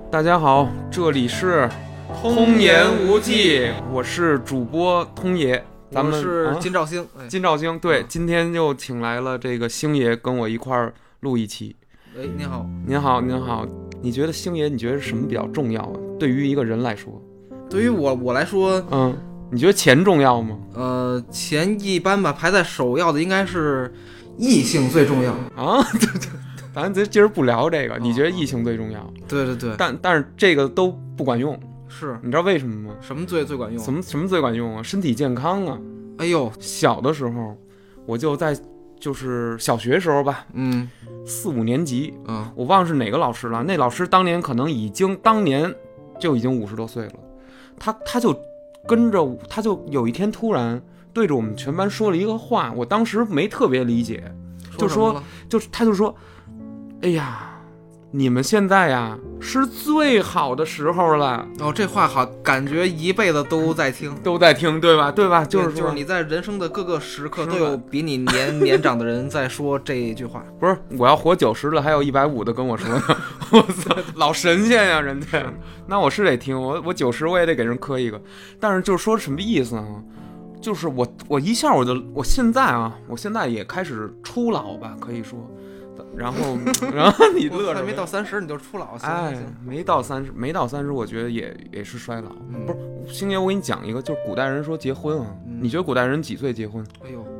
大家好，这里是通言无忌，我是主播通爷，咱们我是金兆星， 金兆星，对，今天又请来了这个星爷跟我一块儿录一期。 您好， 您好，您好，你觉得星爷，你觉得什么比较重要啊？对于一个人来说， 对于我来说， 你觉得钱重要吗？ 钱一般吧，排在首要的应该是异性最重要啊。对，咱今儿不聊这个，你觉得异性最重要？ 对对对， 但是这个都不管用， 是你知道为什么吗？ 什么最管用？ 什么最管用啊？身体健康啊！ 哎呦， 小的时候我就在就是小学时候吧，4、5年级，我忘是哪个老师了。那老师当年可能当年就已经50多岁了，他就跟着，他就有一天突然对着我们全班说了一个话，我当时没特别理解，他就说，哎呀，你们现在呀是最好的时候了。 哦，这话好，感觉一辈子都在听， 对吧？对吧？就是你在人生的各个时刻都有比你年长的人在说这一句话。 不是，我要活90了，还有150的跟我说呢。我操，老神仙呀，人家。那我是得听，我90我也得给人磕一个。但是就是说什么意思呢？就是我一下我现在也开始初老吧，可以说。然后你乐着， 还没到30你就初老，行， 没到30，我觉得也是衰老。不是，星爷，我给你讲一个，就是古代人说结婚啊，你觉得古代人几岁结婚？ 哎呦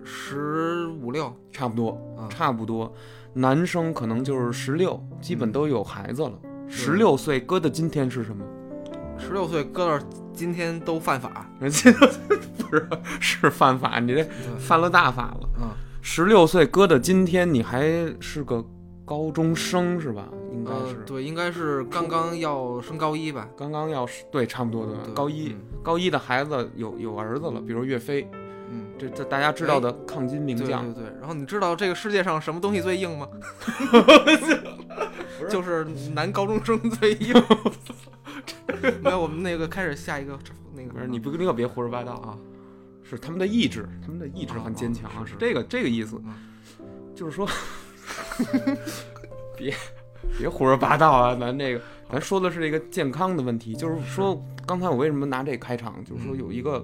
，15、16， 差不多。男生可能就是16，基本都有孩子了。16岁搁到今天是什么 ？16岁搁到今天都犯法， 不是犯法，你这犯了大法了。16岁搁到今天，你还是个高中生是吧？应该是， 对，应该是刚刚要升高一吧？ 刚刚要对，差不多的高一的孩子有儿子了，比如岳飞，这大家知道的抗金名将。 对。然后你知道这个世界上什么东西最硬吗？就是男高中生最硬。没有，我们那个开始下一个那个。 不是，你可别胡说八道啊！是他们的意志很坚强啊，是这个意思。就是说，别胡说八道啊！咱说的是这个健康的问题。就是说，刚才我为什么拿这个开场？就是说有一个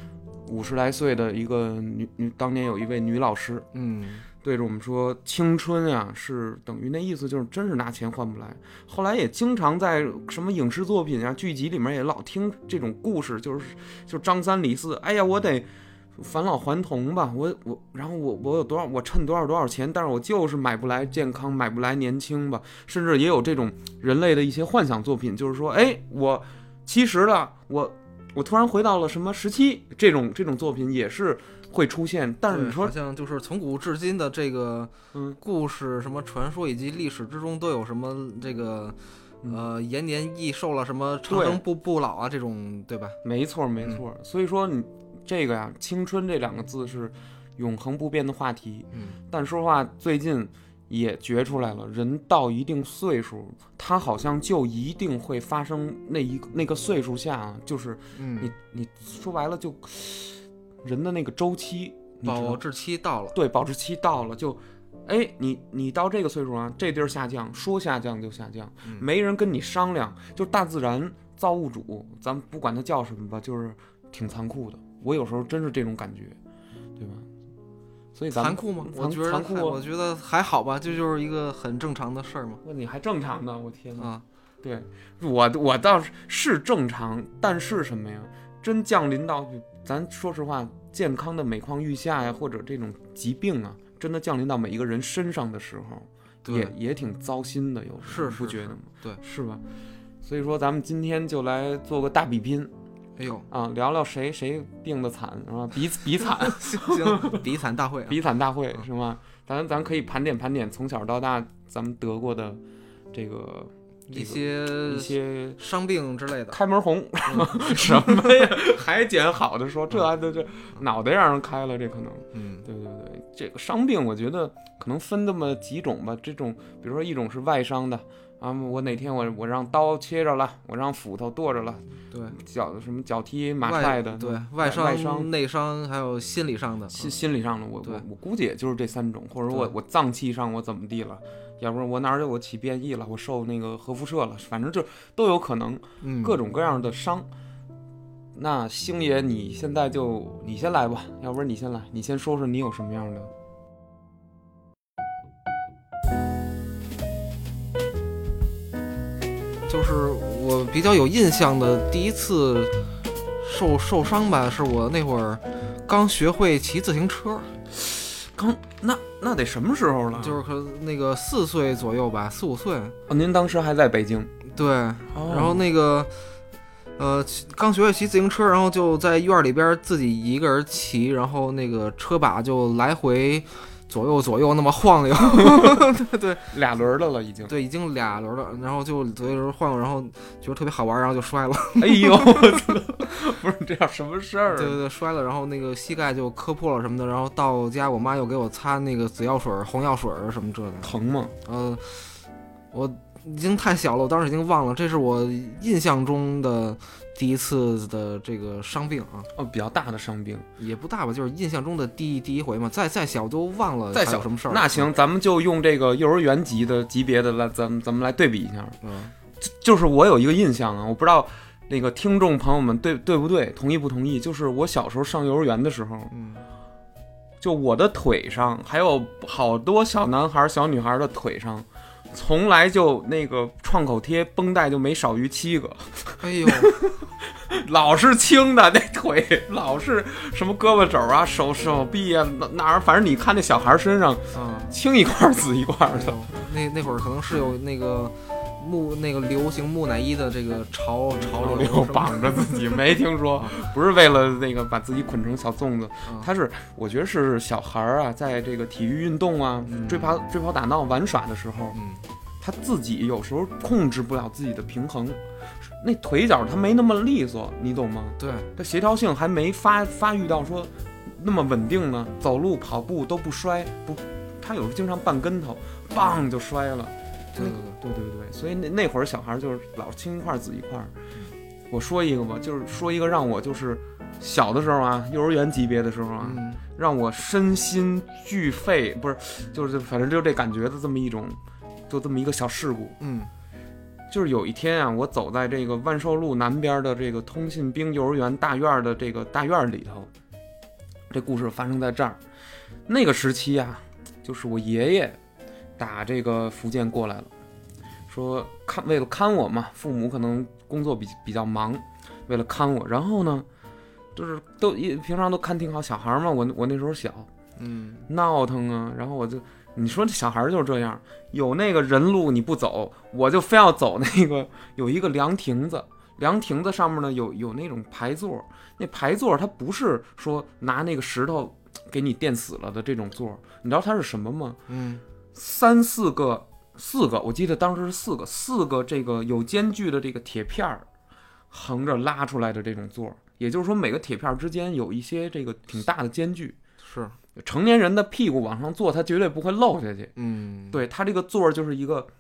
50来岁的一个当年有一位女老师，对着我们说，青春啊是等于那意思，就是真是拿钱换不来。后来也经常在什么影视作品啊、剧集里面也老听这种故事，就张三李四，哎呀，我得返老还童吧，然后我有多少，我趁多少钱，但是我就是买不来健康，买不来年轻吧。甚至也有这种人类的一些幻想作品，就是说，哎，我70了，我突然回到了什么17，这种作品也是会出现。但是你说， 好像就是从古至今的这个故事、什么传说以及历史之中都有什么这个延年益寿了，什么长生不老啊，这种，对吧？ 没错。所以说你这个呀，青春这2个字是永恒不变的话题。但说实话，最近也觉出来了，人到一定岁数，他好像就一定会发生那个岁数下，就是你说白了，就人的那个周期保质期到了。 对，保质期到了，就你到这个岁数啊，这地儿下降，说下降就下降，没人跟你商量，就大自然造物主，咱们不管它叫什么吧，就是挺残酷的。我有时候真是这种感觉，对吧？所以残酷吗？ 残酷， 我觉得还好吧，就是一个很正常的事儿嘛。 你还正常呢，我天哪！对，我倒是正常，但是什么呀？真降临到咱说实话，健康的每况愈下呀，或者这种疾病啊，真的降临到每一个人身上的时候，也挺糟心的，有时候不觉得吗？ 对， 是吧？所以说，咱们今天就来做个大比拼。 哎呦聊聊谁病的惨是吧？比惨， 行，比惨大会， 比惨大会是吗？咱可以盘点从小到大咱们得过的这个一些伤病之类的， 开门红，什么呀？还捡好的说，这脑袋让人开了，这可能，对，这个伤病我觉得可能分那么几种吧。这种比如说一种是外伤的。我哪天我让刀切着了，我让斧头剁着了， 对， 脚踢马踹的， 对，外伤、内伤，还有心理上的， 心理上的，我估计也就是这3种，或者我脏器上我怎么地了， 要不然我哪儿我起变异了，我受那个核辐射了，反正就都有可能，各种各样的伤。那星爷，你现在你先来吧，要不然你先来，你先说说你有什么样的。 就是我比较有印象的第一次受伤吧，是我那会儿刚学会骑自行车。 那得什么时候了？ 就是那个4岁左右吧，4、5岁。 哦，您当时还在北京？ 对，然后那个刚学会骑自行车，然后就在院里边自己一个人骑，然后那个车把就来回左右那么晃悠。对， 俩轮的了已经。 对，已经俩轮了，然后就左右晃悠，然后觉得特别好玩，然后就摔了。 哎呦，不是这样什么事儿？ 对，摔了，然后那个膝盖就磕破了什么的，然后到家我妈又给我擦那个紫药水、红药水什么这的。 疼吗？ 我已经太小了，我当时已经忘了，这是我印象中的第一次的这个伤病啊。 比较大的伤病也不大吧，就是印象中的第一回嘛。再小都忘了还有什么事儿。 那行，咱们就用这个幼儿园级别的来，咱们来对比一下。就是我有一个印象啊，我不知道那个听众朋友们对不对，同意不同意？就是我小时候上幼儿园的时候，就我的腿上，还有好多小男孩小女孩的腿上，从来就那个创口贴绷带就没少于7个。 哎呦， 老是青的，那腿老是什么胳膊肘啊、手臂啊，哪儿反正你看那小孩身上，青一块紫一块的。 那会儿可能是有那个流行木乃伊的这个潮流绑着自己，没听说，不是为了那个把自己捆成小粽子，他是我觉得是小孩啊，在这个体育运动啊、追跑打闹玩耍的时候，他自己有时候控制不了自己的平衡，那腿脚他没那么利索，你懂吗？ 对， 他协调性还没发育到说那么稳定呢，走路跑步都不摔，他有时候经常绊跟头，棒就摔了。对，所以那会儿小孩就是老青一块紫一块。我说一个吧，就是说一个让我就是小的时候啊，幼儿园级别的时候啊，让我身心俱废，不是，就是反正就这感觉的这么一种，就这么一个小事故。就是有一天啊，我走在这个万寿路南边的这个通信兵幼儿园大院的这个大院里头，这故事发生在这儿。那个时期啊，就是我爷爷打这个福建过来了，说为了看我嘛，父母可能工作比较忙，为了看我，然后呢，就是平常都看挺好，小孩嘛，我那时候小，闹腾啊，然后你说这小孩就是这样，有那个人路你不走，我就非要走那个有一个凉亭子上面呢有那种排座，那排座它不是说拿那个石头给你垫死了的这种座，你知道它是什么吗？4个，我记得当时是4个这个有间距的这个铁片横着拉出来的这种座，也就是说每个铁片之间有一些这个挺大的间距， 是成年人的屁股往上坐，它绝对不会漏下去。对，它这个座就是一个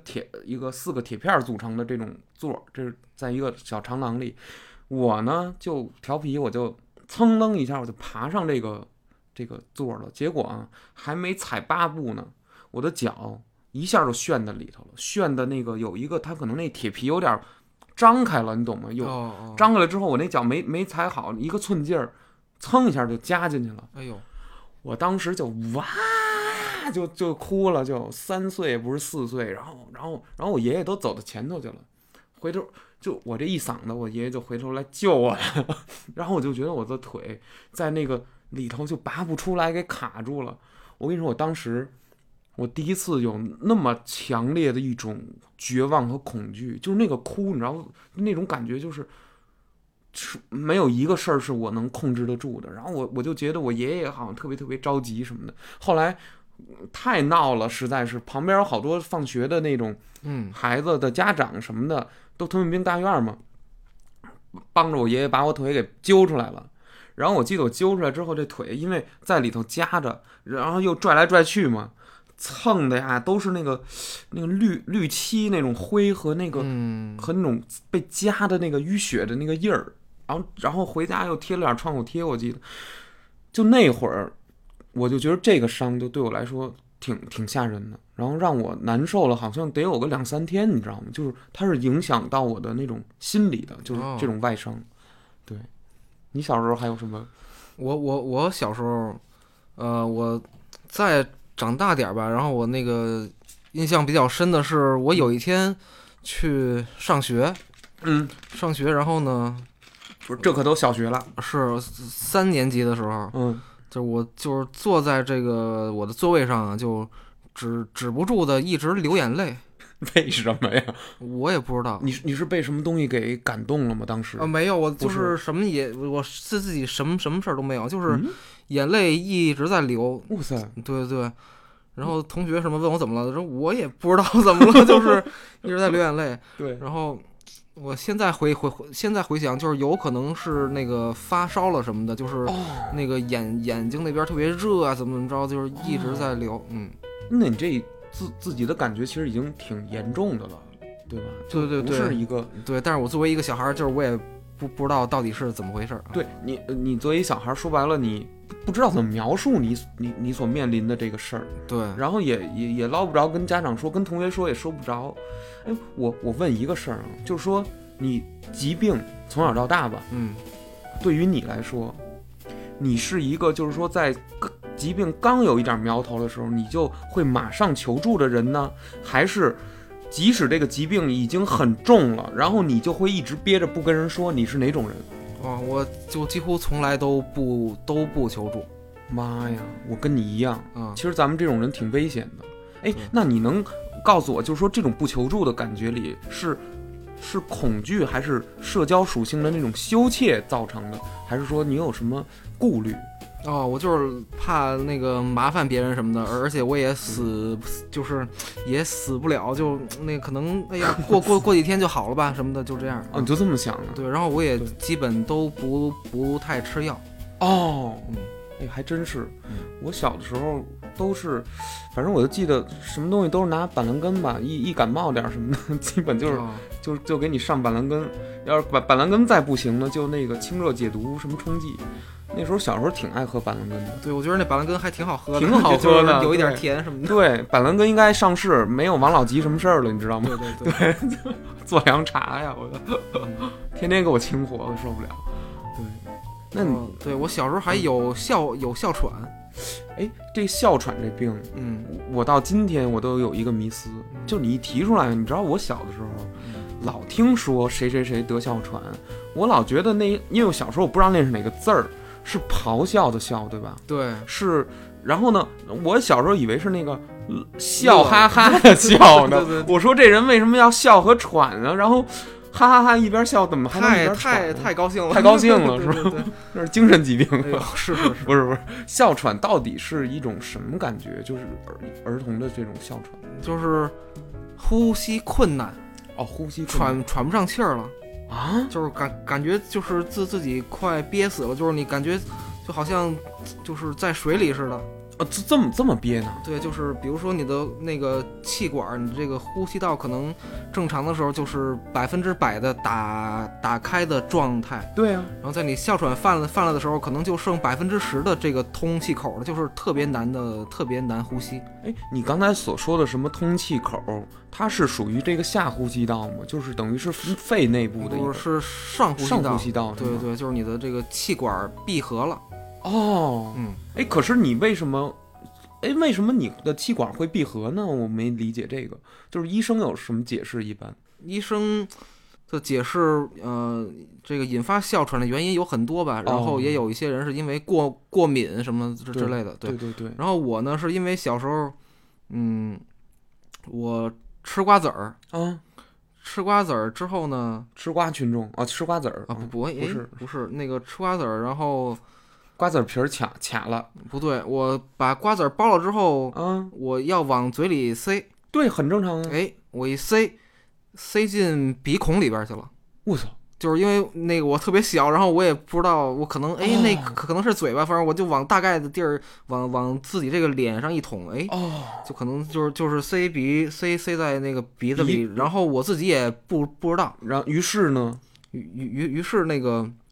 4个铁片组成的这种座，这是在一个小长廊里。我呢就调皮，我就噌楞一下我就爬上这个座了，结果啊还没踩8步呢，我的脚一下就旋在里头了，旋的那个有一个它可能那铁皮有点张开了，你懂吗？张开了之后，我那脚没踩好，一个寸劲儿，噌一下就夹进去了。 哎呦！ 我当时就哇就哭了，就3岁也不是4岁，然后我爷爷都走到前头去了，回头就我这一嗓子，我爷爷就回头来救我来了，然后我就觉得我的腿在那个里头就拔不出来，给卡住了。我跟你说，我当时我第一次有那么强烈的一种绝望和恐惧，就是那个哭，你知道那种感觉就是没有一个事儿是我能控制得住的。然后我就觉得我爷爷好像特别特别着急什么的。后来太闹了，实在是旁边有好多放学的那种孩子的家长什么的，都通讯兵大院嘛，帮着我爷爷把我腿给揪出来了。然后我记得我揪出来之后，这腿因为在里头夹着，然后又拽来拽去嘛，蹭的呀都是那个绿漆那种灰和那个和那种被夹的那个淤血的那个印儿。然后回家又贴了点创口贴，我记得就那会儿我就觉得这个伤就对我来说挺吓人的，然后让我难受了，好像得有个2-3天，你知道吗？就是它是影响到我的那种心理的，就是这种外伤。对，你小时候还有什么？ 我小时候，我再长大点吧，然后我那个印象比较深的是，我有一天去上学，上学，然后呢， 不是这可都小学了， 是3年级的时候，就我就是坐在这个我的座位上啊，就止不住的一直流眼泪。 为什么呀？ 我也不知道。 你是被什么东西给感动了吗？当时没有，我就是什么也，我自己什么事儿都没有，就是眼泪一直在流。 哇塞！ 对对对。然后同学什么问我怎么了，说我也不知道怎么了，就是一直在流眼泪。 对。 然后我现在回想，就是有可能是那个发烧了什么的，就是那个眼睛那边特别热啊，怎么着，就是一直在流。 那你这自己的感觉其实已经挺严重的了，对吧？ 对对对， 不是一个对。但是我作为一个小孩，就是我也不知道到底是怎么回事。 对你作为一小孩，说白了你不知道怎么描述你所面临的这个事儿。 对。 然后也捞不着跟家长说，跟同学说也说不着。哎，我问一个事儿啊，就是说你疾病从小到大吧，对于你来说，你是一个就是说在疾病刚有一点苗头的时候，你就会马上求助的人呢，还是即使这个疾病已经很重了，然后你就会一直憋着不跟人说？你是哪种人？ 我就几乎从来都不求助。 妈呀，我跟你一样。其实咱们这种人挺危险的。哎，那你能告诉我，就是说这种不求助的感觉里是恐惧，还是社交属性的那种羞怯造成的，还是说你有什么顾虑？ 我就是怕那个麻烦别人什么的，而且我也就是也死不了，就那可能哎呀过几天就好了吧什么的，就这样。 你就这么想的？ 对，然后我也基本都不太吃药。 哎，还真是。我小的时候都是，反正我就记得什么东西都是拿板蓝根吧，一感冒点什么的，基本就是就给你上板蓝根。要是板蓝根再不行呢，就那个清热解毒什么冲剂。那时候小时候挺爱喝板蓝根的。 对，我觉得那板蓝根还挺好喝的， 挺好喝的， 有一点甜什么的。 对，板蓝根应该上市，没有王老吉什么事儿了，你知道吗？ 对， 做凉茶呀，我天天给我清火，我受不了。对，那你对我小时候还有哮喘。 哎，这哮喘这病，我到今天我都有一个迷思，就你一提出来，你知道我小的时候，老听说谁谁谁得哮喘，我老觉得因为我小时候我不知道那是哪个字儿。是咆哮的哮，对吧？ 对， 是。然后呢，我小时候以为是那个笑哈哈的笑呢。 对， 我说这人为什么要笑和喘呢？然后哈哈哈一边笑，怎么还能一边喘？ 太高兴了， 太高兴了，是吧？ 对， 那是精神疾病。 是， 不是，哮喘到底是一种什么感觉？就是儿童的这种哮喘， 就是呼吸困难。 呼吸喘不上气儿了。就是感觉就是自己快憋死了，就是你感觉就好像就是在水里似的。 这么憋呢？ 对，就是比如说你的那个气管，你这个呼吸道可能正常的时候就是100%的打开的状态。 对啊。 然后在你哮喘犯了的时候，可能就剩10%的这个通气口了，就是特别难呼吸。 哎，你刚才所说的什么通气口，它是属于这个下呼吸道吗？就是等于是肺内部的一个？ 是上呼吸道。对，就是你的这个气管闭合了。 哎，可是你为什么你的气管会闭合呢？我没理解这个，就是医生有什么解释？一般医生的解释，这个引发哮喘的原因有很多吧，然后也有一些人是因为过敏什么之类的。对。然后我呢，是因为小时候，我吃瓜子儿吃瓜子儿之后呢， 吃瓜群众吃瓜子儿不是那个吃瓜子儿，然后。 瓜子皮儿卡了， 不对，我把瓜子剥了之后，我要往嘴里塞， 对，很正常啊。 哎，我一塞进鼻孔里边去了， 我操！ 就是因为那个我特别小，然后我也不知道，我可能那可能是嘴巴，反正我就往大概的地儿往自己这个脸上一捅，就可能就是塞在那个鼻子里，然后我自己也不知道， 然后于是呢， 于是那个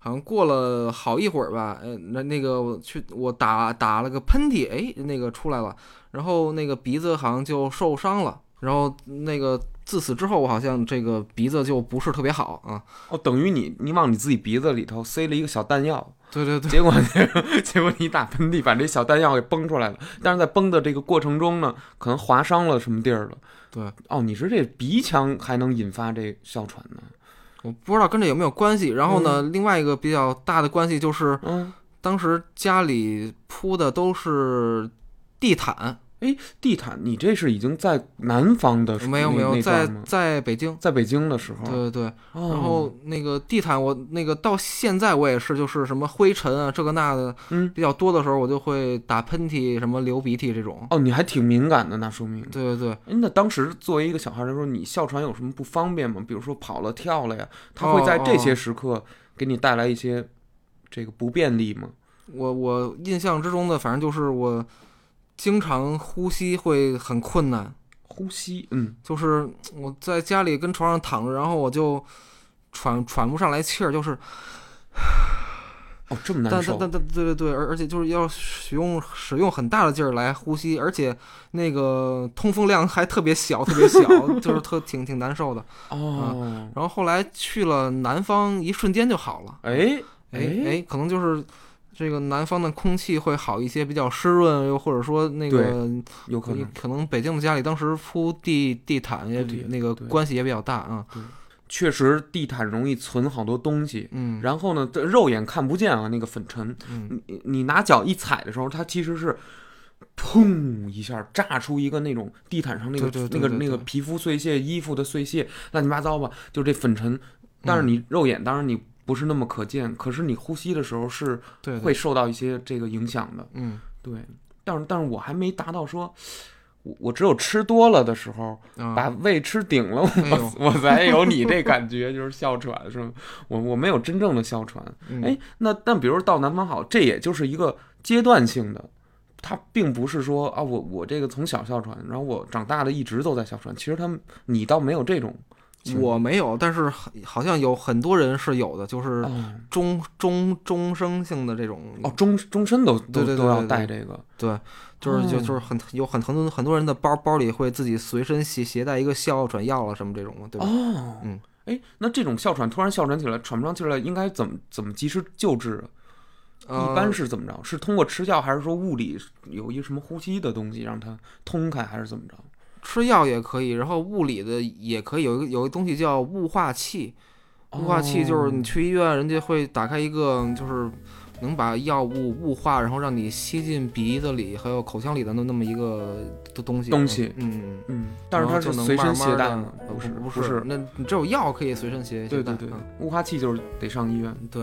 好像过了好一会儿吧，那个我打了个喷嚏，哎，那个出来了，然后那个鼻子好像就受伤了，然后那个自此之后，我好像这个鼻子就不是特别好啊。 哦，等于你往你自己鼻子里头塞了一个小弹药。 对对对， 结果你打喷嚏把这小弹药给崩出来了，但是在崩的这个过程中呢，可能划伤了什么地儿了。 对， 哦，你说这鼻腔还能引发这哮喘呢？ 我不知道跟这有没有关系。然后呢，另外一个比较大的关系就是，当时家里铺的都是地毯。 哎，地毯，你这是已经在南方的没有，在北京， 在北京的时候， 对对对。然后那个地毯，我那个到现在我也是，就是什么灰尘啊，这个那的，比较多的时候，我就会打喷嚏，什么流鼻涕这种。 哦，你还挺敏感的，那说明。 对对对。 哎，那当时作为一个小孩来说，你哮喘有什么不方便吗？比如说跑了跳了呀，它会在这些时刻给你带来一些这个不便利吗？ 我印象之中的，反正就是我经常呼吸会很困难， 呼吸， 就是我在家里跟床上躺着，然后我就喘不上来气儿，就是， 哦，这么难受。 对对对，而且就是要使用很大的劲儿来呼吸，而且那个通风量还特别小，就是挺难受的。 哦， 然后后来去了南方，一瞬间就好了。 哎， 可能就是这个南方的空气会好一些，比较湿润，又或者说那个有可能北京的家里当时铺地毯也那个关系也比较大啊。 对，确实地毯容易存好多东西，然后呢，肉眼看不见啊，那个粉尘，你拿脚一踩的时候，它其实是砰一下炸出一个那种地毯上那个皮肤碎屑、衣服的碎屑，乱七八糟吧，就这粉尘。但是你肉眼当然你不是那么可见，可是你呼吸的时候是会受到一些这个影响的。对。但是我还没达到说，我只有吃多了的时候，把胃吃顶了，我才有你这感觉，就是哮喘是吧？我没有真正的哮喘。但比如到南方好，这也就是一个阶段性的。它并不是说啊，我这个从小哮喘，然后我长大了一直都在哮喘。其实你倒没有这种。 我没有，但是好像有很多人是有的，就是终生性的这种。 终身都要带这个。 对，就是很多人的包里会自己随身携带一个哮喘药了什么这种的，对吧？ 那这种哮喘突然哮喘起来，喘不上气来，应该怎么及时救治啊？一般是怎么着？是通过吃药，还是说物理有一个什么呼吸的东西让它通开，还是怎么着？ 吃药也可以，然后物理的也可以，有一个东西叫雾化器。雾化器就是你去医院，人家会打开一个，就是能把药物雾化，然后让你吸进鼻子里还有口腔里的那么一个东西。 但是它是随身携带吗？ 不是，那你只有药可以随身携带。 对，雾化器就是得上医院。 对。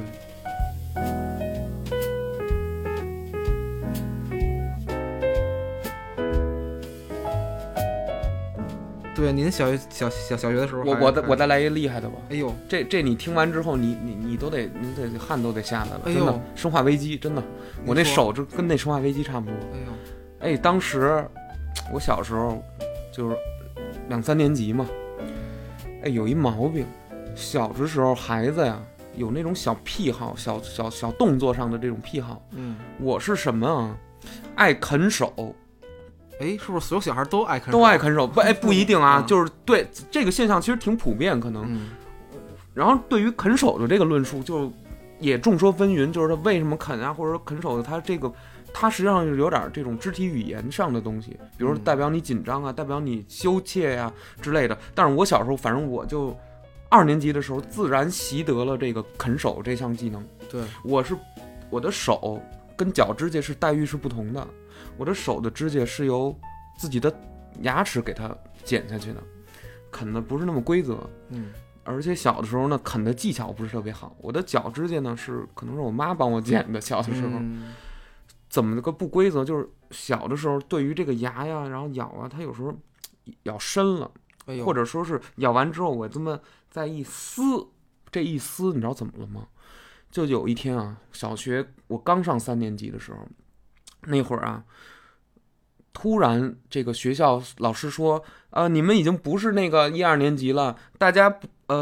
对，您小学的时候， 我再来一个厉害的吧。 哎呦， 这你听完之后，你都得汗都得下来了。 哎呦， 生化危机，真的，我那手就跟那生化危机差不多。哎呦，当时我小时候就是2、3年级嘛，有一毛病，小的时候孩子呀有那种小癖好，小动作上的这种癖好。我是什么啊？爱啃手。 是不是所有小孩都爱啃手？ 都爱啃手？不一定啊，就是对这个现象其实挺普遍，可能。然后对于啃手的这个论述，就也众说纷纭，就是他为什么啃啊，或者说啃手的它实际上是有点这种肢体语言上的东西，比如说代表你紧张啊，代表你羞怯呀之类的。但是我小时候，反正我就2年级的时候，自然习得了这个啃手这项技能。 对， 我的手跟脚指甲是待遇是不同的。我的手的指甲是由自己的牙齿给它剪下去的，啃的不是那么规则，而且小的时候呢，啃的技巧不是特别好。我的脚指甲呢可能是我妈帮我剪的，小的时候，怎么个不规则？就是小的时候对于这个牙呀，然后咬啊，它有时候咬深了，或者说是咬完之后我这么再一撕，这一撕你知道怎么了吗？就有一天啊，小学我刚上3年级的时候。那会儿啊，突然这个学校老师说，你们已经不是那个1、2年级了，大家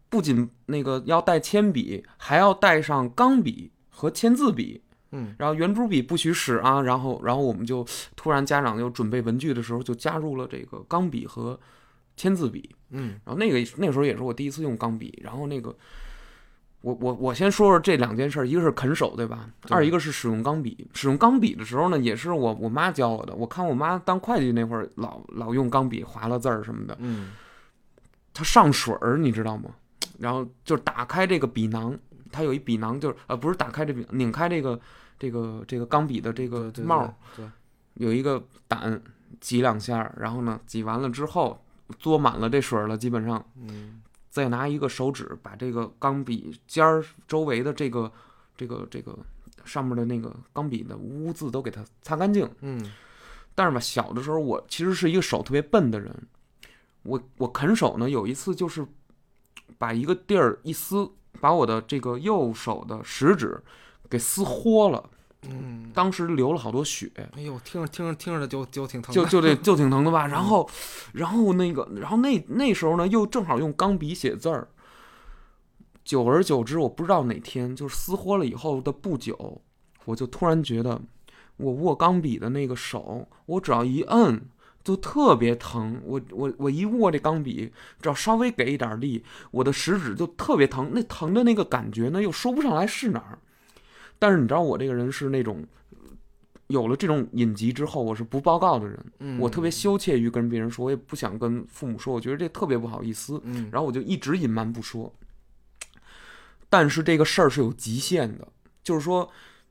不仅那个要带铅笔，还要带上钢笔和签字笔。然后圆珠笔不许使啊，然后我们就突然家长就准备文具的时候就加入了这个钢笔和签字笔。然后那个时候也是我第一次用钢笔。然后那个我先说说这两件事，一个是啃手，对吧？二一个是使用钢笔。使用钢笔的时候呢，也是我妈教我的。我看我妈当会计那会儿老用钢笔划了字儿什么的。它上水儿，你知道吗？然后就打开这个笔囊，它有一笔囊，就是不是打开这笔，拧开这个钢笔的这个帽， 对， 有一个胆挤两下，然后呢挤完了之后嘬满了这水了，基本上，再拿一个手指把这个钢笔尖儿周围的这个上面的那个钢笔的污渍都给它擦干净。但是吧，小的时候我其实是一个手特别笨的人，我啃手呢，有一次就是把一个地儿一撕，把我的这个右手的食指给撕豁了。当时流了好多血。 哎呦，听着就挺疼的，就挺疼的吧。然后那时候呢，又正好用钢笔写字儿。久而久之，我不知道哪天就是撕豁了以后的不久，我就突然觉得我握钢笔的那个手，我只要一摁就特别疼。我一握这钢笔，只要稍微给一点力，我的食指就特别疼。那疼的那个感觉呢，又说不上来是哪儿。但是你知道我这个人是那种有了这种隐疾之后，我是不报告的人。我特别羞怯于跟别人说，我也不想跟父母说，我觉得这特别不好意思。然后我就一直隐瞒不说。但是这个事儿是有极限的，就是说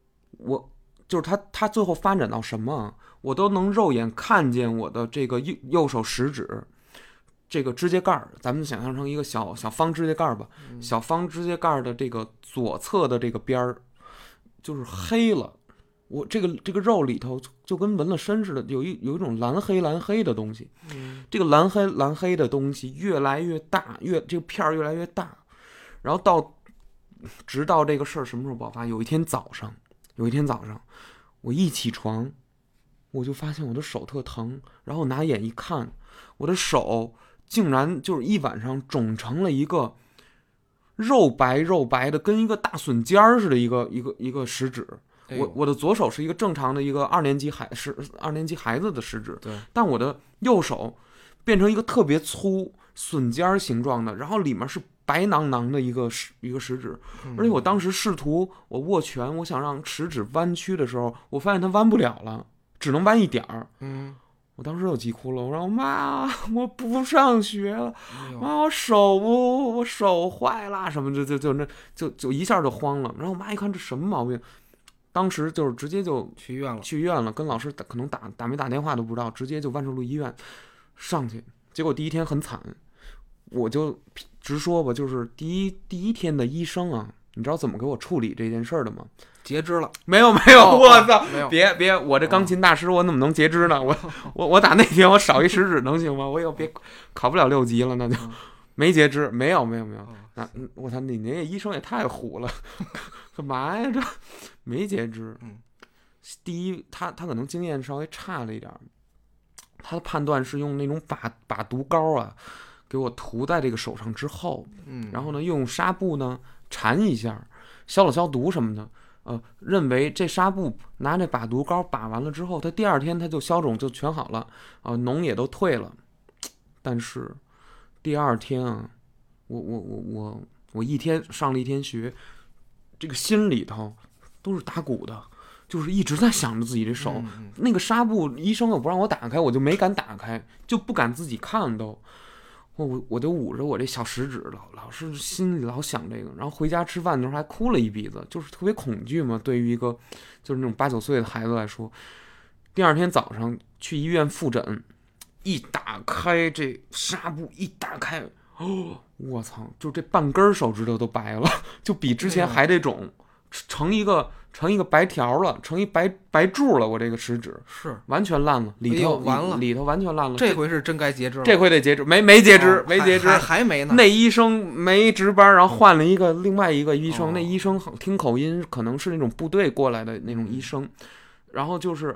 他最后发展到什么，我都能肉眼看见我的这个右手食指这个指甲盖，咱们想象成一个小方指甲盖吧。小方指甲盖的这个左侧的这个边儿就是黑了。我这个肉里头就跟纹了身似的，有一种蓝黑的东西。这个蓝黑的东西越来越大，这个片儿越来越大。然后直到这个事儿什么时候爆发？有一天早上，我一起床，我就发现我的手特疼，然后拿眼一看，我的手竟然就是一晚上肿成了一个肉白的，跟一个大笋尖儿似的一个食指。我的左手是一个正常的一个二年级孩子的食指， 对， 但我的右手变成一个特别粗笋尖形状的，然后里面是白囊囊的一个食指。而且我当时试图我握拳，我想让食指弯曲的时候，我发现它弯不了了，只能弯一点儿。我当时就急哭了，我说妈，我不上学了，妈，我手坏了什么就一下就慌了。然后我妈一看这什么毛病，当时就是直接就去医院了，跟老师可能打没打电话都不知道，直接就万寿路医院上去。结果第一天很惨，我就直说吧，就是第一天的医生啊，你知道怎么给我处理这件事的吗？ 截肢了？ 没有，我操！别，我这钢琴大师，我怎么能截肢呢？我打那天我少一食指能行吗？我以后别考不了6级了，那就没截肢，没有。那我操，你那个医生也太虎了，干嘛呀？这没截肢。第一，他可能经验稍微差了一点，他的判断是用那种把毒膏啊，给我涂在这个手上之后，然后呢用纱布呢缠一下，消毒什么的。认为这纱布拿这把毒膏把完了之后，他第二天他就消肿就全好了，脓也都退了。但是第二天啊，我一天上了一天学，这个心里头都是打鼓的，就是一直在想着自己这手。那个纱布医生又不让我打开，我就没敢打开，就不敢自己看都。我就捂着我这小食指，老是心里老想这个，然后回家吃饭的时候还哭了一鼻子，就是特别恐惧嘛。对于一个就是那种8、9岁的孩子来说，第二天早上去医院复诊，一打开这纱布，我操，就这半根手指头都白了，就比之前还得肿，成一个白条了，成一白柱了。我这个食指是完全烂了，里头完了， 里头完全烂了。 这回是真该截肢了， 这回得截肢，没截肢，没截肢， 还没呢。 那医生没值班，然后换了另外一个医生，那医生听口音可能是那种部队过来的那种医生，然后就是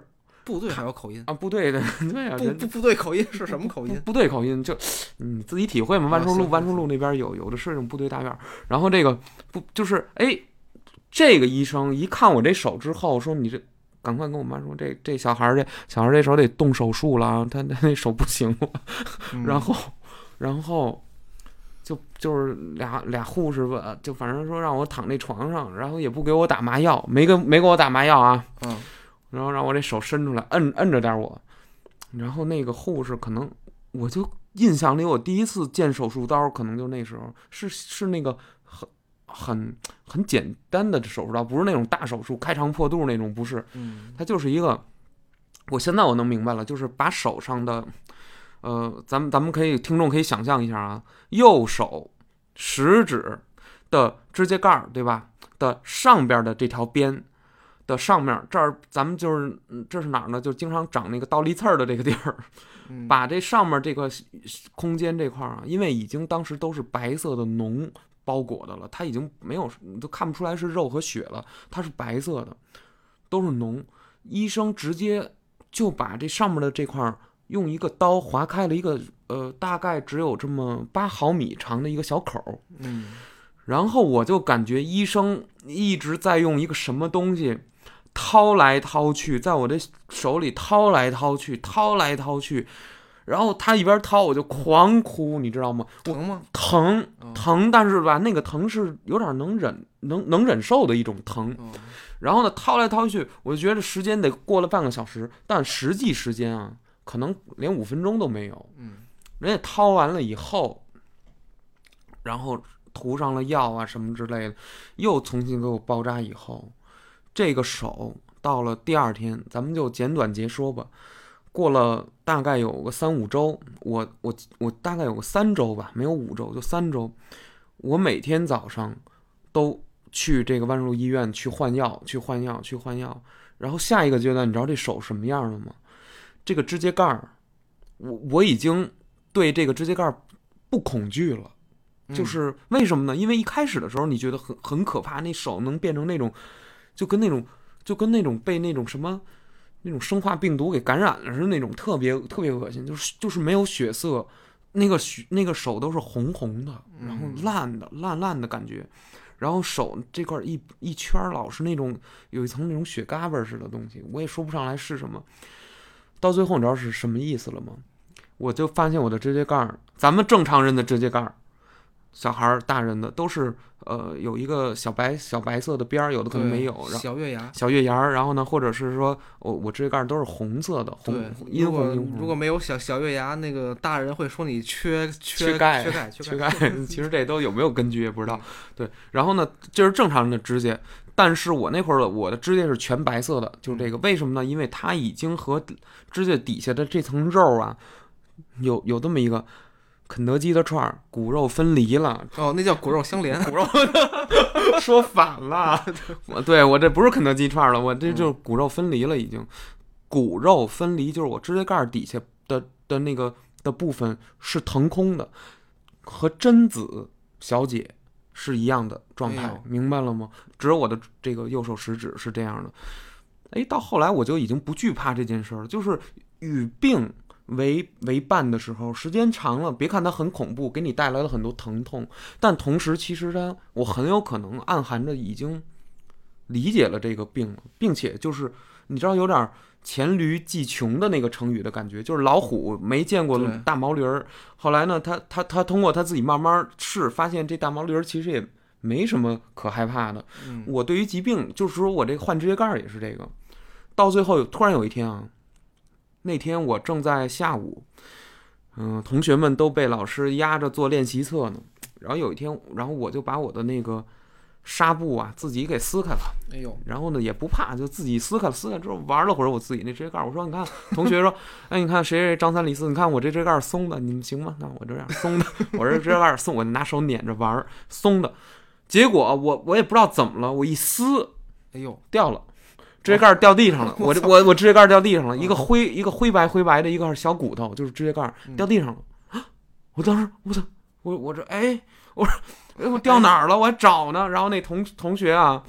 部队还有口音啊，部队的对啊， 部队口音是什么口音？ 部队口音就你自己体会嘛。万寿路那边有的是这种部队大院，然后这个不就是这个医生一看我这手之后说你这。赶快跟我妈说，这小孩这手得动手术了，他那手不行了。然后就是俩护士吧，就反正说让我躺那床上，然后也不给我打麻药，没给我打麻药啊。然后让我这手伸出来，摁着点我。然后那个护士可能我就印象里我第一次见手术刀，可能就那时候是那个很简单的手术刀，不是那种大手术开肠破肚那种，不是，它就是一个，现在我能明白了，就是把手上的，咱们听众可以想象一下啊，右手食指的指甲盖对吧的上边的这条边的上面，这儿咱们就是这是哪儿呢？就经常长那个倒立刺儿的这个地儿，把这上面这个空间这块啊，因为已经当时都是白色的脓包裹的了，它已经没有，都看不出来是肉和血了，它是白色的，都是脓。医生直接就把这上面的这块用一个刀划开了一个大概只有这么8毫米长的一个小口。然后我就感觉医生一直在用一个什么东西掏来掏去，在我的手里掏来掏去。然后他一边掏我就狂哭，你知道吗？ 疼吗？ 疼，但是吧，那个疼是有点能忍受的一种疼。然后呢，掏来掏去，我就觉得时间得过了半个小时，但实际时间啊，可能连5分钟都没有。人家掏完了以后，然后涂上了药啊什么之类的，又重新给我包扎以后，这个手到了第2天，咱们就简短截说吧。过了大概有个3-5周，我大概有个3周吧，没有5周，就3周。我每天早上都去这个万寿医院去换药。然后下一个阶段，你知道这手什么样了吗？这个指甲盖我已经对这个指甲盖不恐惧了。就是为什么呢？因为一开始的时候你觉得很可怕，那手能变成那种，就跟那种被那种什么。那种生化病毒给感染了是那种特别恶心，就是没有血色，那个手都是红的，然后烂的感觉，然后手这块一圈老是那种有一层那种血嘎巴似的东西，我也说不上来是什么。到最后你知道是什么意思了吗？我就发现我的指甲盖，咱们正常人的指甲盖，小孩大人的都是有一个小白色的边儿，有的可能没有， 小月牙， 然后呢，或者是说我指甲盖都是红色的，殷红。 如果没有小月牙，那个大人会说你缺钙。其实这都有没有根据也不知道。对，然后呢，这是正常人的指甲，但是我那会儿我的指甲是全白色的，就是这个，为什么呢？因为它已经和指甲底下的这层肉啊，有这么一个。肯德基的串骨肉分离了， 那叫骨肉相连， 骨肉说反了，我这不是肯德基串了，我这就是骨肉分离了，已经骨肉分离就是我指甲盖底下的那个的部分是腾空的，和贞子小姐是一样的状态，明白了吗？只有我的这个右手食指是这样的。到后来我就已经不惧怕这件事了，就是与病为伴的时候，时间长了，别看它很恐怖，给你带来了很多疼痛，但同时其实我很有可能暗含着已经理解了这个病了，并且就是你知道有点黔驴技穷的那个成语的感觉，就是老虎没见过大毛驴儿，后来呢，他通过他自己慢慢试，发现这大毛驴儿其实也没什么可害怕的。我对于疾病，就是说我这个换指甲盖也是这个，到最后突然有一天啊。那天我正在下午，同学们都被老师压着做练习册呢。然后有一天，然后我就把我的那个纱布啊自己给撕开了。然后呢也不怕，就自己撕开之后玩了会儿我自己那指甲盖。我说你看，同学说，你看谁张三李四，你看我这指甲盖松的，你们行吗？那我这样松的，我这指甲盖松，我拿手捻着玩松的。结果我也不知道怎么了，我一撕，掉了。指甲盖掉地上了，我指甲盖掉地上了，一个灰白的一个小骨头，就是指甲盖掉地上了。我当时我操，我这我说我掉哪儿了？我还找呢。然后那同学啊，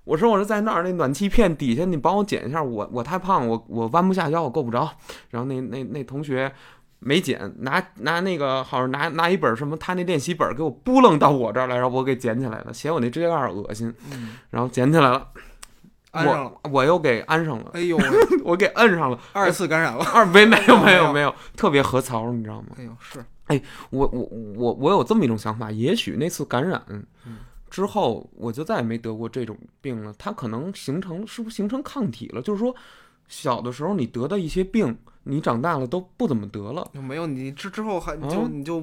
我说在那儿那暖气片底下，你帮我捡一下，我太胖，我弯不下腰，我够不着。然后那同学没捡，拿那个好像拿一本什么他那练习本给我扑棱到我这儿来，然后我给捡起来了，嫌我那指甲盖恶心，然后捡起来了。 安上了， 我又给安上了。 哎呦， 我给摁上了 2次感染了。 没有，特别合槽，你知道吗？ 哎呦，是。 我有这么一种想法，也许那次感染之后，我就再也没得过这种病了。它可能是不是形成抗体了？就是说，小的时候你得的一些病，你长大了都不怎么得了。 没有，你之后还你就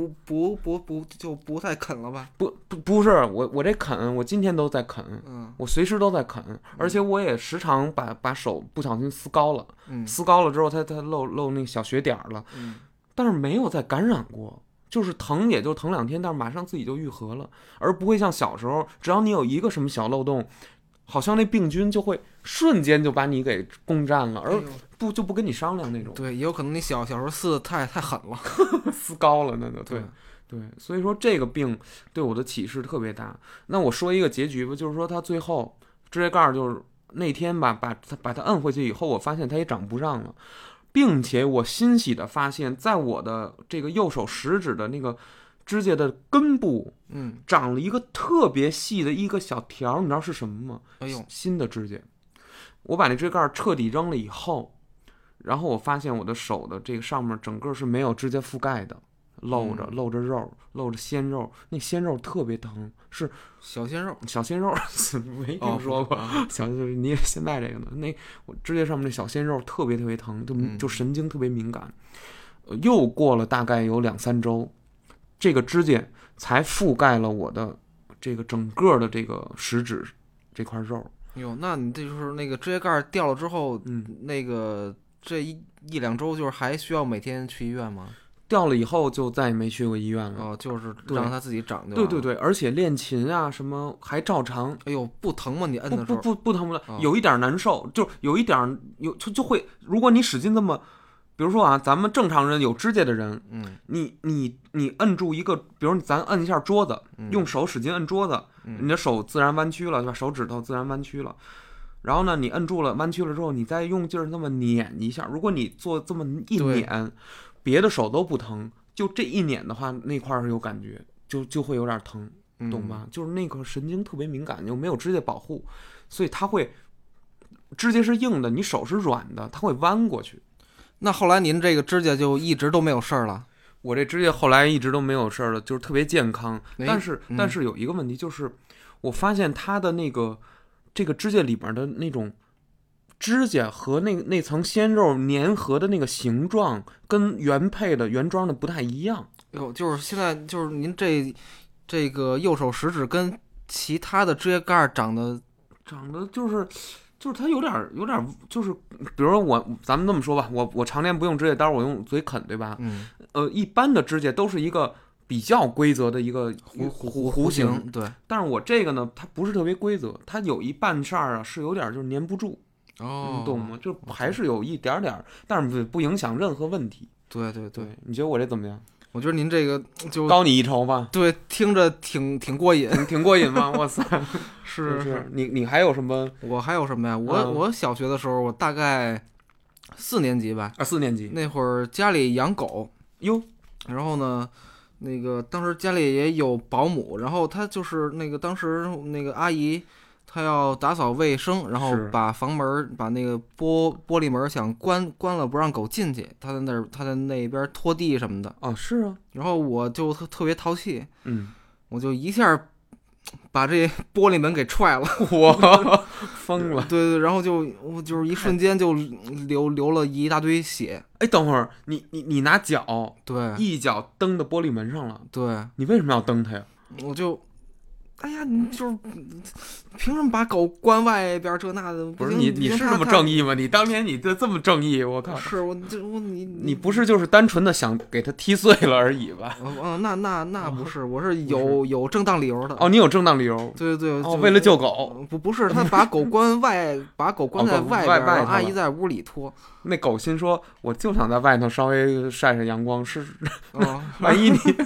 不太啃了吧？ 不是，我这啃，我今天都在啃，我随时都在啃，而且我也时常把手不小心撕高了，撕高了之后它露那小血点了，但是没有再感染过。就是疼也就疼2天，但是马上自己就愈合了，而不会像小时候，只要你有一个什么小漏洞，好像那病菌就会瞬间就把你给攻占了，而不跟你商量那种。 对，也有可能你小时候撕的太狠了， 撕高了那就对，所以说这个病对我的启示特别大。那我说一个结局吧，就是说他最后指甲盖就是那天把它摁回去以后，我发现它也长不上了。并且我欣喜的发现，在我的这个右手食指的那个指甲的根部，长了一个特别细的一个小条，你知道是什么吗？ 哎呦， 新的指甲。我把那指甲盖彻底扔了以后，然后我发现我的手的这个上面整个是没有指甲覆盖的，露着肉，露着鲜肉，那鲜肉特别疼，是小鲜肉， 没听说过。小你现在这个呢？那我指甲上面那小鲜肉特别疼，就神经特别敏感。又过了大概有2-3周，这个指甲才覆盖了我的这个整个的这个食指这块肉。 哟，那你这就是那个指甲盖掉了之后，那个这1-2周就是还需要每天去医院吗？ 掉了以后就再也没去过医院了。 就是让它自己长就完了。 对，而且练琴啊什么还照常。 哎呦，不疼吗？你摁的时候不疼的，有一点难受，就有一点就会，如果你使劲这么，比如说啊，咱们正常人有指甲的人，你摁住一个，比如咱摁一下桌子，用手使劲摁桌子，你的手自然弯曲了，对吧？手指头自然弯曲了。然后呢，你摁住了弯曲了之后，你再用劲儿那么捻一下，如果你做这么一捻，别的手都不疼，就这一捻的话，那块儿有感觉，就会有点疼，懂吧？就是那个神经特别敏感，又没有指甲保护，所以它会，指甲是硬的，你手是软的，它会弯过去。 那后来您这个指甲就一直都没有事儿了？ 我这指甲后来一直都没有事儿了，就是特别健康。但是有一个问题，就是我发现它的那个这个指甲里边的那种指甲和那层鲜肉粘合的那个形状，跟原装的不太一样。 就是现在就是您这个右手食指跟其他的指甲盖长得就是它有点就是，比如说咱们这么说吧，我常年不用指甲刀，我用嘴啃，对吧？一般的指甲都是一个比较规则的一个弧形， 对。 但是我这个呢，它不是特别规则，它有一半扇啊是有点就是粘不住，你懂吗？就还是有一点点，但是不影响任何问题。 对， 你觉得我这怎么样？ 我觉得您这个就高你一筹吧。 对，听着挺过瘾， 挺过瘾吗？哇塞！ 是。 你还有什么？ 我还有什么呀？我小学的时候，我大概4年级吧。 4年级那会儿家里养狗哟， 然后呢，那个当时家里也有保姆，然后他就是那个当时那个阿姨。他要打扫卫生，然后把房门把那个玻璃门想关了不让狗进去，他在那边拖地什么的。 是啊。 然后我就特别淘气，我就一下把这玻璃门给踹了， 我疯了。 对，然后就是一瞬间就流了一大堆血。 哎，等会儿你拿脚对一脚蹬到玻璃门上了。 对， 你为什么要蹬它呀？ 我就。哎呀，你就是凭什么把狗关外边这那的？ 不是你是这么正义吗？你当年你这么正义，我靠！ 是你不是就是单纯的想给它踢碎了而已吧？ 那不是，我是有正当理由的。 你有正当理由？ 对， 为了救狗？ 不是，他把狗关把狗关在外边，阿姨在屋里拖。 那狗心说：“我就想在外头稍微晒晒阳光，是万一你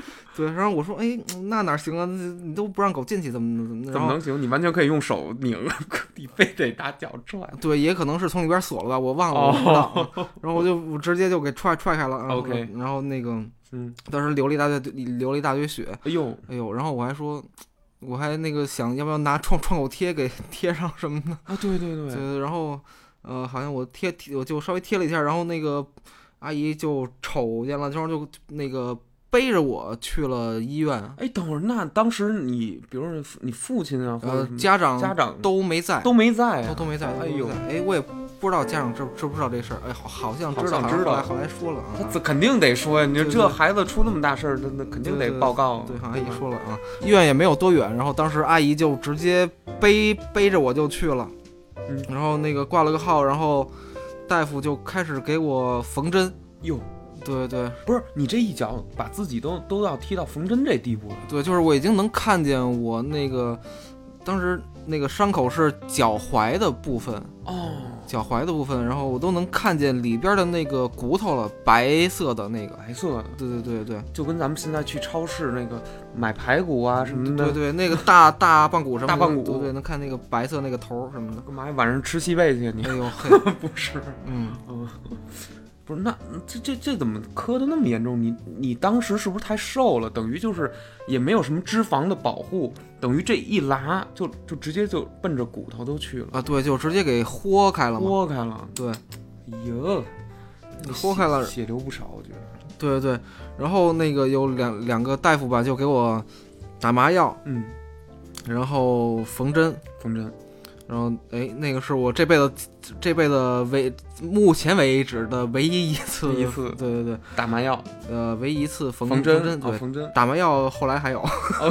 对，然后我说，哎，那哪行啊？你都不让狗进去，怎么能行？你完全可以用手拧，你非得拿脚踹。 对，也可能是从里边锁了吧，我忘了，我不知道。然后我直接就给踹开了。 OK， 然后那个，当时流了一大堆血。哎呦，然后我还说。我还那个想要不要拿创口贴给贴上什么的啊？对， 然后好像我就稍微贴了一下，然后那个阿姨就瞅见了，然后就那个背着我去了医院。 哎，等会儿，那当时你，比如说你父亲啊，或者家长都没在，都没在。哎呦， 哎，我也不知道家长知不知道这事儿。哎，好像知道，后来说了啊。 他肯定得说呀，你这孩子出那么大事儿，那肯定得报告。 对，好像阿姨说了啊。医院也没有多远，然后当时阿姨就直接背着我就去了。然后那个挂了个号，然后大夫就开始给我缝针。 哟。 对， 不是你这一脚把自己都要踢到缝针这地步了。 对，就是我已经能看见我那个当时那个伤口是脚踝的部分脚踝的部分，然后我都能看见里边的那个骨头了，白色的。对， 就跟咱们现在去超市那个买排骨啊什么的， 对，那个大棒骨什么的， 大棒骨， 对，能看那个白色那个头什么的。 干嘛晚上吃西贝去你？ 哎呦， 不是，不是，那这怎么磕的那么严重？你当时是不是太瘦了？等于就是也没有什么脂肪的保护，等于这一拉就直接就奔着骨头都去了啊！对，就直接给豁开了。对， 哎呦， 你豁开了， 血流不少，我觉得。对，然后那个有两个大夫吧，就给我打麻药，然后缝针。然后那个是我这辈子目前为止的唯一一次，对打麻药， 唯一一次缝针， 对， 缝针， 打麻药后来还有，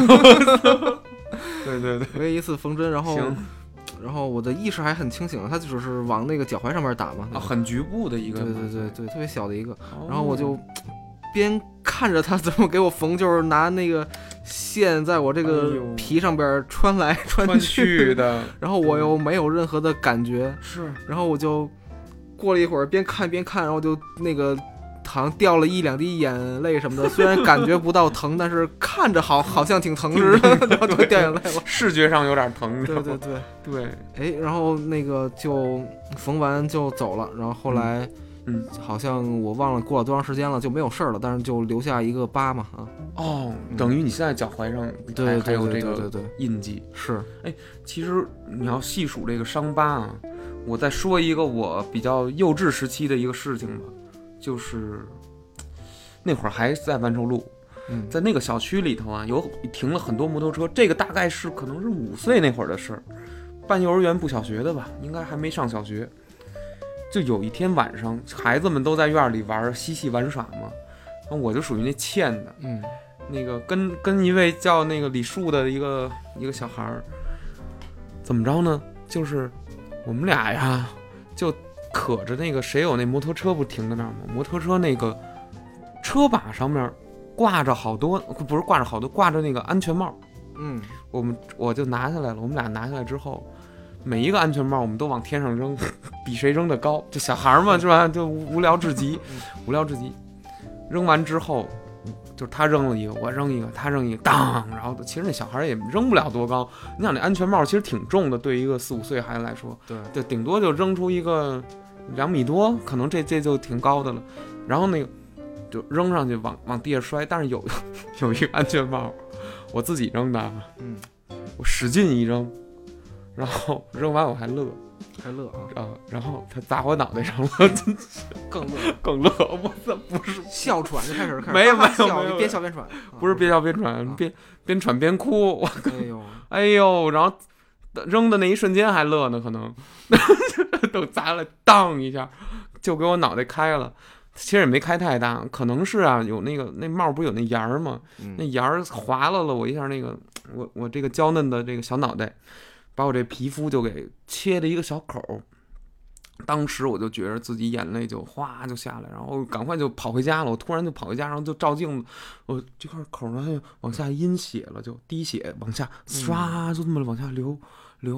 对， 唯一一次缝针，然后我的意识还很清醒，他就只是往那个脚踝上面打嘛， 很局部的一个， 对，特别小的一个，然后我就边看着他怎么给我缝，就是拿那个线在我这个皮上边穿来穿去的， 然后我又没有任何的感觉，然后我就过了一会儿边看，然后就那个好像掉了1-2滴眼泪什么的，虽然感觉不到疼，但是看着好像挺疼似的，然后就掉眼泪了， 视觉上有点疼。 对，哎，然后那个就缝完就走了，然后后来。好像我忘了过了多长时间了，就没有事儿了，但是就留下一个疤嘛等于你现在脚踝上还有这个印记。 是， 哎，其实你要细数这个伤疤啊，我再说一个我比较幼稚时期的一个事情吧，就是那会儿还在万寿路，在那个小区里头啊，有停了很多摩托车，这个大概是可能是5岁那会儿的事儿，办幼儿园不小学的吧，应该还没上小学。就有一天晚上，孩子们都在院里嬉戏玩耍嘛，我就属于那欠的，那个跟一位叫那个李树的一个小孩儿，怎么着呢？就是我们俩呀，就可着那个谁有那摩托车不停在那儿吗？摩托车那个车把上面挂着那个安全帽，我就拿下来了，我们俩拿下来之后。每一个安全帽我们都往天上扔，比谁扔得高。这小孩嘛，是吧？就无聊至极。扔完之后，就是他扔了一个，我扔一个，他扔一个，当。然后其实那小孩也扔不了多高。你想那安全帽其实挺重的，对于一个4-5岁孩子来说，对，顶多就扔出一个2米多，可能这就挺高的了。然后那个就扔上去往地下摔，但是有一个安全帽，我自己扔的，我使劲一扔。然后扔完我还乐啊！然后他砸我脑袋上了，更乐！我操，不是哮喘就开始没有边笑边喘， 不是边笑边喘，边喘边哭。我哎呦！然后扔的那一瞬间还乐呢，可能都砸了，当一下就给我脑袋开了。其实也没开太大，可能是啊，有那帽不是有那沿儿吗？那沿儿划了我一下，那个我这个娇嫩的这个小脑袋。把我这皮肤就给切了一个小口，当时我就觉得自己眼泪就哗就下来，然后赶快就跑回家了。我突然就跑回家，然后就照镜子，我这块口上往下阴血了，就滴血往下唰就这么往下流，然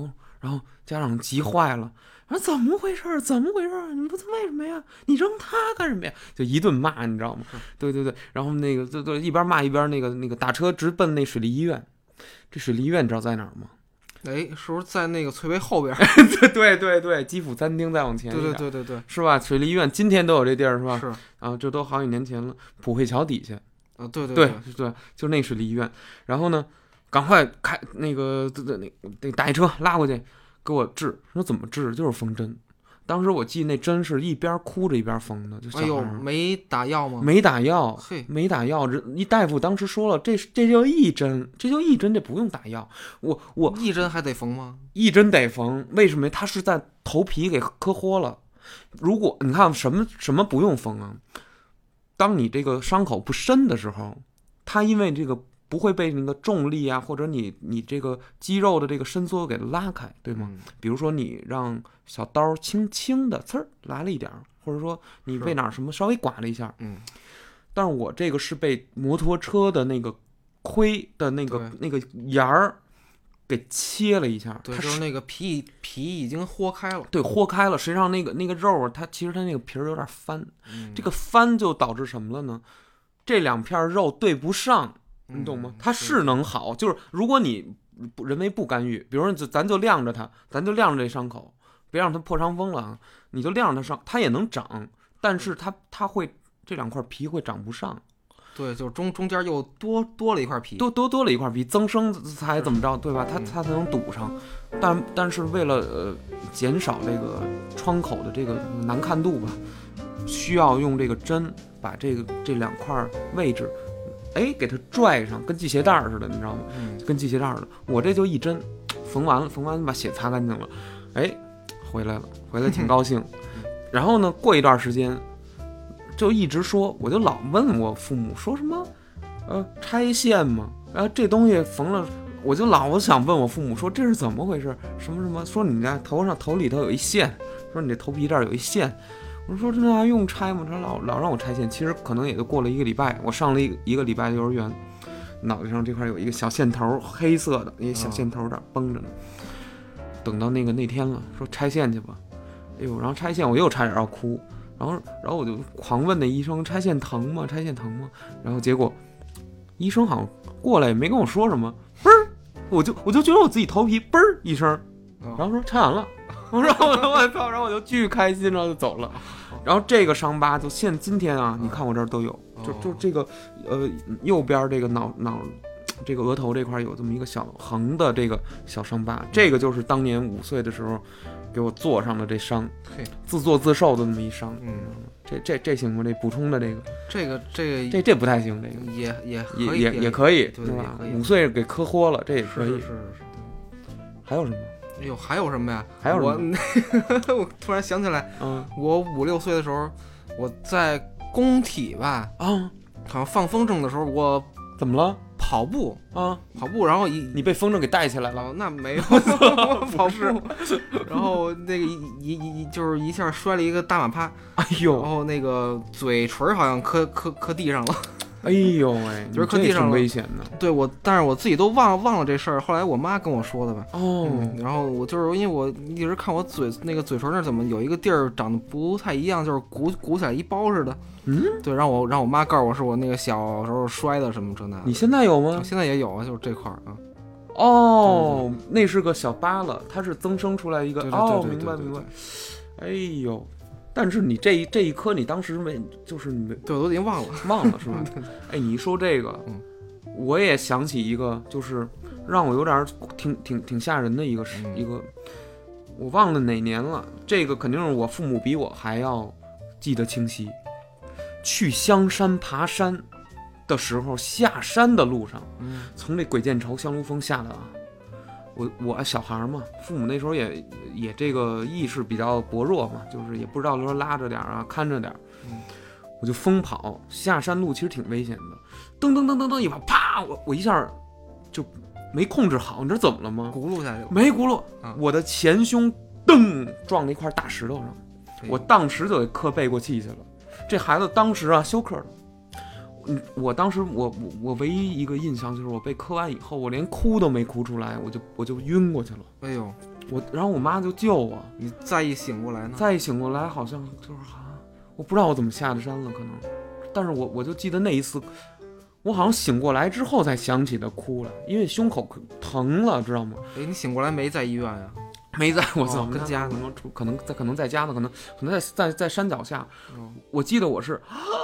然后家长急坏了，说怎么回事？怎么回事？你不为什么呀？你扔他干什么呀？就一顿骂，你知道吗？对对对，然后那个就一边骂一边那个打车直奔那水利医院。这水利医院你知道在哪儿吗？ 哎，是不是在那个翠微后边？ 对对对，基辅餐厅再往前一点， 对， 是吧？水利医院今天都有这地儿，是吧？ 是啊，这都好几年前了，普惠桥底下。 啊，对， 就那水利医院。然后呢，赶快开那个打一车拉过去给我治。说怎么治？就是缝针。当时我记得那针是一边哭着一边缝的，就小孩。 哎呦，没打药吗？ 没打药， 嘿， 没打药。一大夫当时说了，这就一针，这不用打药。我一针还得缝吗？ 一针得缝，为什么？他是在头皮给磕豁了。如果你看什么不用缝啊？当你这个伤口不深的时候，它因为这个不会被那个重力啊，或者你这个肌肉的这个伸缩给拉开，对吗？比如说你让小刀轻轻的刺儿来了一点，或者说你被哪儿什么稍微刮了一下，但是我这个是被摩托车的那个盔的那个沿儿给切了一下， 对，就是那个皮已经豁开了， 对，豁开了。实际上那个肉它其实它那个皮儿有点翻，这个翻就导致什么了呢？这两片肉对不上。你懂吗？它是能好，就是如果你人为不干预，比如说咱就晾着它，咱就晾着这伤口，别让它破伤风了，你就晾着它它也能长，但是它会这两块皮会长不上。 对，就是中间又多了一块皮， 多了一块皮，增生才怎么着，对吧？它才能堵上。但是为了减少这个创口的这个难看度吧，需要用这个针把这两块位置。哎，给它拽上，跟系鞋带似的，你知道吗？跟系鞋带似的。我这就一针，缝完把血擦干净了，哎，回来挺高兴。然后呢，过一段时间，就一直说，我就老问我父母说什么，拆线嘛，然后这东西缝了，我就老想问我父母说这是怎么回事？什么？说你家头里头有一线，说你这头皮这儿有一线。我说这还用拆吗？他老让我拆线，其实可能也就过了1个礼拜。我上了一个礼拜的幼儿园，脑袋上这块有一个小线头，黑色的一个小线头这绷着呢。等到那天了，说拆线去吧。哎呦，然后拆线我又差点要哭，然后我就狂问那医生拆线疼吗？然后结果医生好像过来也没跟我说什么，嘣儿，我就觉得我自己头皮嘣儿一声，然后说拆完了。我操！然后我就巨开心，然后就走了。然后这个伤疤就今天啊，你看我这儿都有，就这个右边这个脑这个额头这块有这么一个小横的这个小伤疤，这个就是当年5岁的时候给我做上的这伤，自作自受的那么一伤。这行吗？这补充的这不太行，这个也可以，对吧？5岁给磕豁了，这也可以。 是。 还有什么？ 哎呦，还有什么呀？ 还有什么？ 我突然想起来，我5、6岁的时候，我在工体吧，好像放风筝的时候，我怎么了？ 跑步，然后你被风筝给带起来了？ 那没有，跑步，然后那个就是一下摔了一个大马趴， 哎呦， 然后那个嘴唇好像磕地上了。 哎呦喂， 就是磕地上了， 挺危险的。 对，但是我自己都忘了这事儿，后来我妈跟我说的吧。然后我就是因为我一直看我嘴唇那怎么有一个地儿长得不太一样，就是鼓起来一包似的。对，让我妈告诉我是我那个小时候摔的什么这那。 你现在有吗？ 现在也有啊，就是这块儿啊。 哦，那是个小疤了，它是增生出来一个。明白。哎呦。但是你这一颗，你当时就是你对，我都已经忘了是吧？ 哎，你一说这个，我也想起一个，就是让我有点挺吓人的一个，我忘了哪年了。这个肯定是我父母比我还要记得清晰。去香山爬山的时候，下山的路上，从这鬼见愁香炉峰下来啊。我小孩嘛，父母那时候也这个意识比较薄弱嘛，就是也不知道说拉着点啊，看着点，我就疯跑下山路，其实挺危险的，噔一跑，啪，我一下就没控制好，你知道怎么了吗？ 轱辘下去了， 没轱辘，我的前胸噔撞了一块大石头上，我当时就给磕背过气去了。这孩子当时啊休克了。我当时我唯一一个印象就是我被磕完以后，我连哭都没哭出来，我就晕过去了。 哎呦， 然后我妈就救我。 你再一醒过来呢？ 再一醒过来，好像就是我不知道我怎么下的山了，可能，但是我就记得那一次，我好像醒过来之后才想起的哭了，因为胸口疼了，知道吗？ 哎，你醒过来没在医院呀？ 没在，我操， 跟家呢？ 可能在家呢，可能在山脚下。我记得我是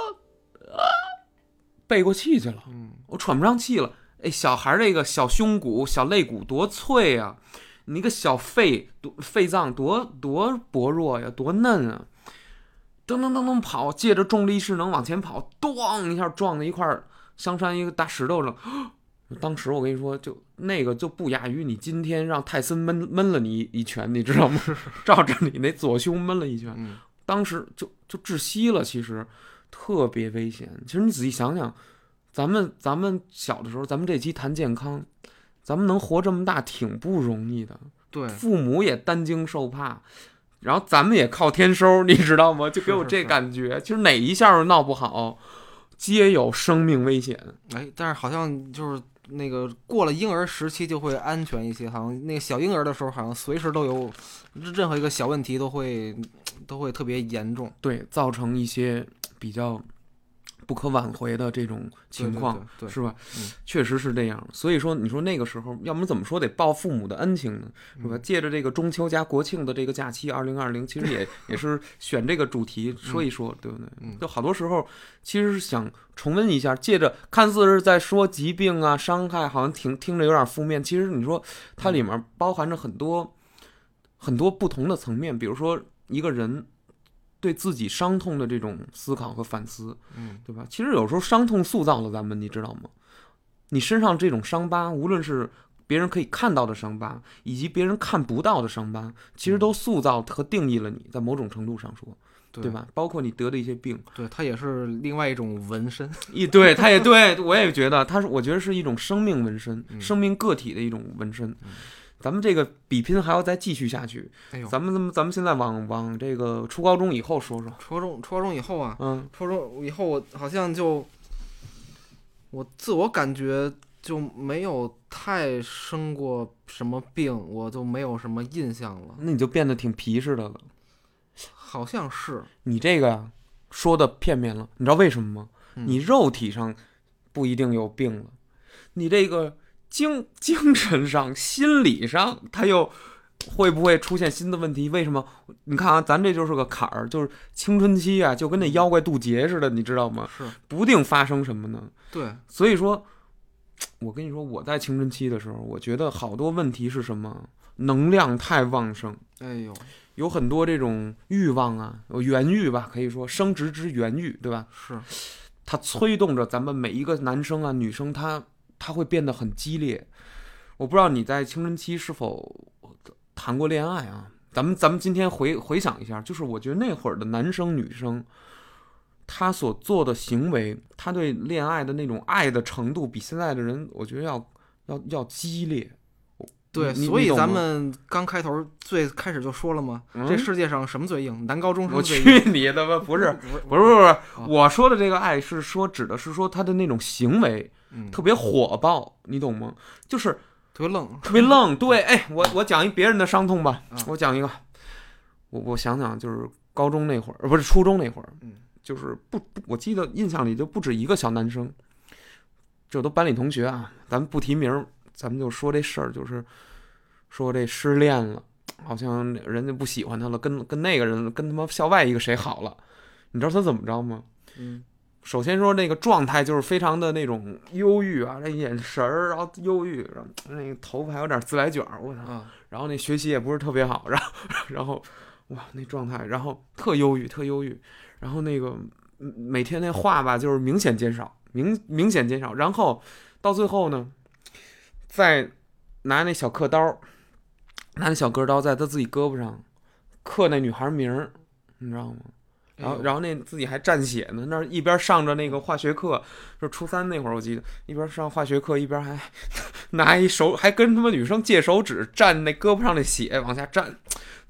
背过气去了，我喘不上气了。哎，小孩这个小胸骨、小肋骨多脆啊！你个小肺脏多薄弱呀，多嫩啊！噔噔噔噔跑，借着重力势能往前跑，咣一下撞在一块香山一个大石头上。当时我跟你说，就那个就不亚于你今天让泰森闷了你一拳，你知道吗？照着你那左胸闷了一拳，当时就窒息了。其实特别危险。其实你仔细想想，咱们小的时候，咱们这期谈健康，咱们能活这么大挺不容易的。 对， 父母也担惊受怕，然后咱们也靠天收，你知道吗？就给我这感觉，其实哪一下闹不好，皆有生命危险。 哎，但是好像就是那个过了婴儿时期就会安全一些，好像那个小婴儿的时候，好像随时都有任何一个小问题都会特别严重， 对，造成一些比较不可挽回的这种情况， 对是吧？确实是这样。所以说，你说那个时候，要么怎么说得报父母的恩情呢？是吧？借着这个中秋加国庆的这个假期，2020，其实也是选这个主题说一说，对不对？就好多时候其实是想重温一下，借着看似是在说疾病啊、伤害，好像听着有点负面，其实你说它里面包含着很多不同的层面，比如说一个人对自己伤痛的这种思考和反思，对吧？其实有时候伤痛塑造了咱们，你知道吗？你身上这种伤疤，无论是别人可以看到的伤疤，以及别人看不到的伤疤，其实都塑造和定义了你，在某种程度上说，对吧？包括你得的一些病， 对，它也是另外一种纹身。 对，它也对，我也觉得我觉得是一种生命纹身，生命个体的一种纹身。咱们这个比拼还要再继续下去。咱们现在往这个初高中以后说说。 初高中以后啊，初中以后我好像我自我感觉就没有太生过什么病，我就没有什么印象了。 那你就变得挺皮实的了。 好像是。 你这个呀，说的片面了，你知道为什么吗？你肉体上不一定有病了，你这个精神上、心理上，它又会不会出现新的问题？为什么？你看啊，咱这就是个坎儿，就是青春期啊，就跟那妖怪渡劫似的，你知道吗？ 是， 不定发生什么呢？ 对， 所以说，我跟你说，我在青春期的时候，我觉得好多问题是什么？能量太旺盛， 哎呦， 有很多这种欲望啊，有原欲吧，可以说生殖之原欲，对吧？ 是，它催动着咱们每一个男生啊、女生，他会变得很激烈。我不知道你在青春期是否谈过恋爱啊？咱们今天回想一下，就是我觉得那会儿的男生女生，他所做的行为，他对恋爱的那种爱的程度，比现在的人，我觉得要激烈。 对，所以咱们刚开头最开始就说了嘛，这世界上什么最硬？男高中生最硬。 我去你的吧！不是，我说的这个爱是说指的是说他的那种行为，特别火爆，你懂吗？就是特别愣。对，哎，我讲一别人的伤痛吧，我讲一个，我想想，就是高中那会儿，不是初中那会儿，就是我记得印象里就不止一个小男生，这都班里同学啊，咱们不提名。咱们就说这事儿，就是说这失恋了，好像人家不喜欢他了，跟那个人跟他妈校外一个谁好了，你知道他怎么着吗？首先说那个状态就是非常的那种忧郁啊，那眼神儿，然后忧郁，然后那个头发还有点自来卷，我操，然后那学习也不是特别好，然后哇那状态，然后特忧郁，然后那个每天那话吧就是明显减少，明显减少，然后到最后呢。再拿那小刻刀，拿那小割刀在他自己胳膊上刻那女孩名，你知道吗？然后那自己还蘸血呢，那一边上着那个化学课，就初三那会儿我记得，一边上化学课一边还拿一手，还跟他们女生借手指蘸那胳膊上的血往下蘸，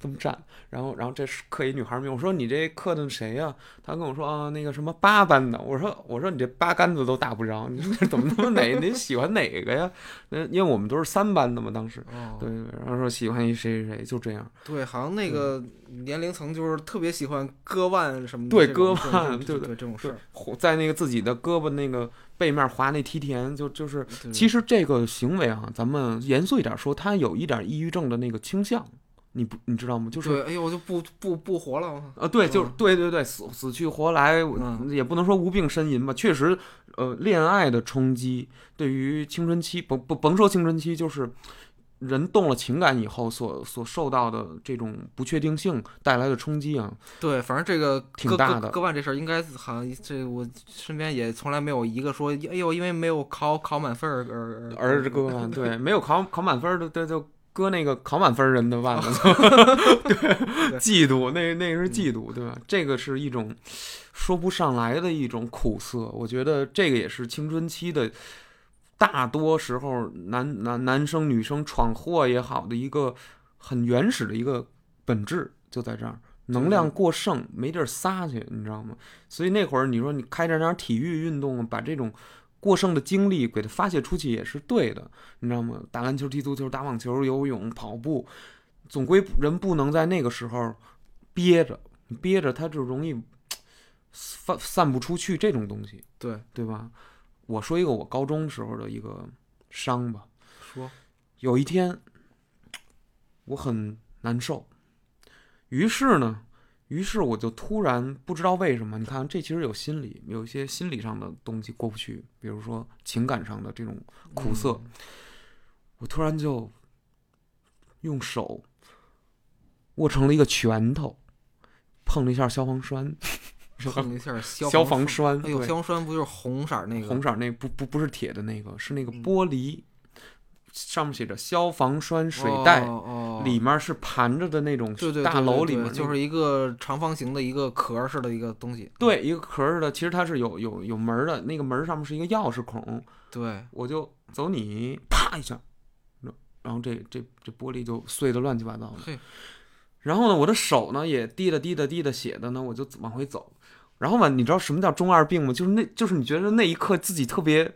这么站，然后这是刻一女孩名，我说你这刻的谁呀？他跟我说啊，那个什么8班的，我说你这8竿子都打不着，你这怎么他妈你喜欢哪个呀？因为我们都是3班的嘛，当时，对，然后说喜欢一谁谁谁，就这样。 对，好像那个年龄层就是特别喜欢割腕什么的， 对，割腕，对这种事儿， 在那个自己的胳膊那个背面划那梯田，就是对其实这个行为啊，咱们严肃一点说，它有一点抑郁症的那个倾向。你知道吗？就是对，哎呦，我就不活了对，就是对，死去活来，也不能说无病呻吟吧。确实，恋爱的冲击对于青春期，甭说青春期，就是人动了情感以后所受到的这种不确定性带来的冲击啊。 对，反正这个挺大的。 割腕这事儿，应该好像这我身边也从来没有一个说，哎呦，因为没有考满分而割腕，对，没有考满分的，对就。割那个考满分人的腕子，对，嫉妒，那是嫉妒，对吧？这个是一种说不上来的一种苦涩。我觉得这个也是青春期的大多时候男生女生闯祸也好的一个很原始的一个本质，就在这儿，能量过剩，没地儿撒去，你知道吗？所以那会儿你说你开展点体育运动，把这种过剩的精力给它发泄出去也是对的，你知道吗？打篮球、踢足球、打网球、游泳、跑步，总归人不能在那个时候憋着，它就容易散不出去这种东西，对吧？我说一个我高中时候的一个伤吧， 说有一天我很难受，于是我就突然不知道为什么，你看这其实有一些心理上的东西过不去，比如说情感上的这种苦涩，我突然就用手握成了一个拳头，碰了一下消防栓， 碰了一下消防栓。 哎呦，消防栓不就是红色那个？ 红色那不是铁的那个，是那个玻璃。上面写着消防栓水袋，里面是盘着的那种大楼里面， 就是一个长方形的一个壳似的一个东西。 对，一个壳似的，其实它是有门的，那个门上面是一个钥匙孔。 对， 我就走你，啪一下，然后这玻璃就碎得乱七八糟的。然后呢，我的手呢也滴的血的呢，我就往回走。然后嘛，你知道什么叫中二病吗？就是你觉得那一刻自己特别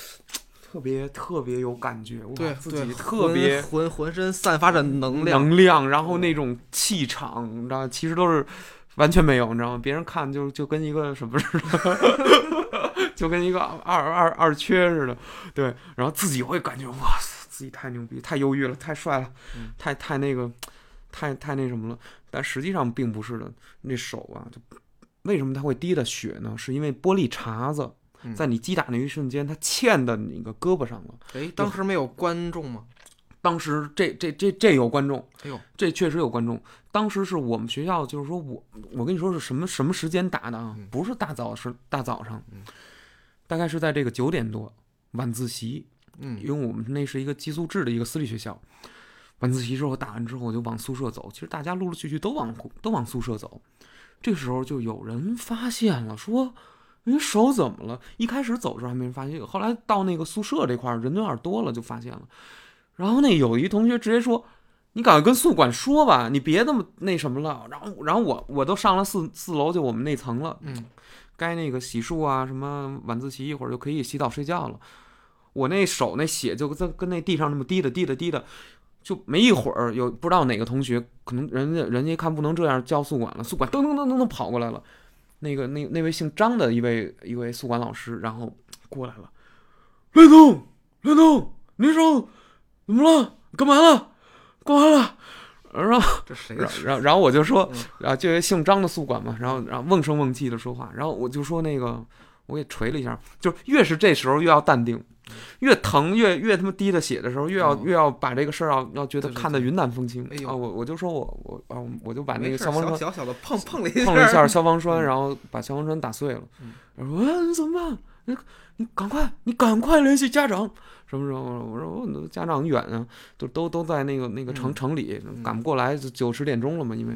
有感觉， 对， 自己特别浑身散发着能量，然后那种气场，你知道，其实都是完全没有，你知道吗？别人看就跟一个什么似的，就跟一个二缺似的，对。然后自己会感觉哇塞，自己太牛逼，太忧郁了，太帅了，太那个，太那什么了。但实际上并不是的，那手啊，就为什么它会滴的血呢？是因为玻璃碴子。在你击打那一瞬间，它嵌的你个胳膊上了。 当时没有观众吗？ 当时这有观众。 哎呦， 这确实有观众。当时是我们学校，就是说我跟你说是什么时间打的啊？不是大早上，大概是在这个9点多晚自习。因为我们那是一个寄宿制的一个私立学校。晚自习之后打完之后，我就往宿舍走。其实大家陆陆续续都往宿舍走。这个时候就有人发现了，说。你手怎么了？一开始走的时候还没人发现，后来到那个宿舍这块人有点多了，就发现了。然后有一同学直接说：“你赶快跟宿管说吧，你别那么那什么了。”然后我都上了四楼，就我们那层了。该那个洗漱啊，什么晚自习一会儿就可以洗澡睡觉了。我那手那血就跟那地上那么滴的，就没一会儿有不知道哪个同学，可能人家一看不能这样，叫宿管了，宿管噔跑过来了。那位姓张的一位宿管老师，然后过来了，len东，你手怎么了？干嘛了？然后这谁？ 然后我就说，然后就姓张的宿管嘛，然后瓮声瓮气的说话，然后我就说那个，我给捶了一下，就越是这时候越要淡定，越疼越他妈滴的血的时候，越要把这个事儿要觉得看得云淡风轻。我就说我就把那个消防栓小的碰了一下消防栓，然后把消防栓打碎了。然后说你怎么办？你赶快联系家长。什么时候？我说我家长远啊，都在那个城里，赶不过来，就9、10点钟了嘛，因为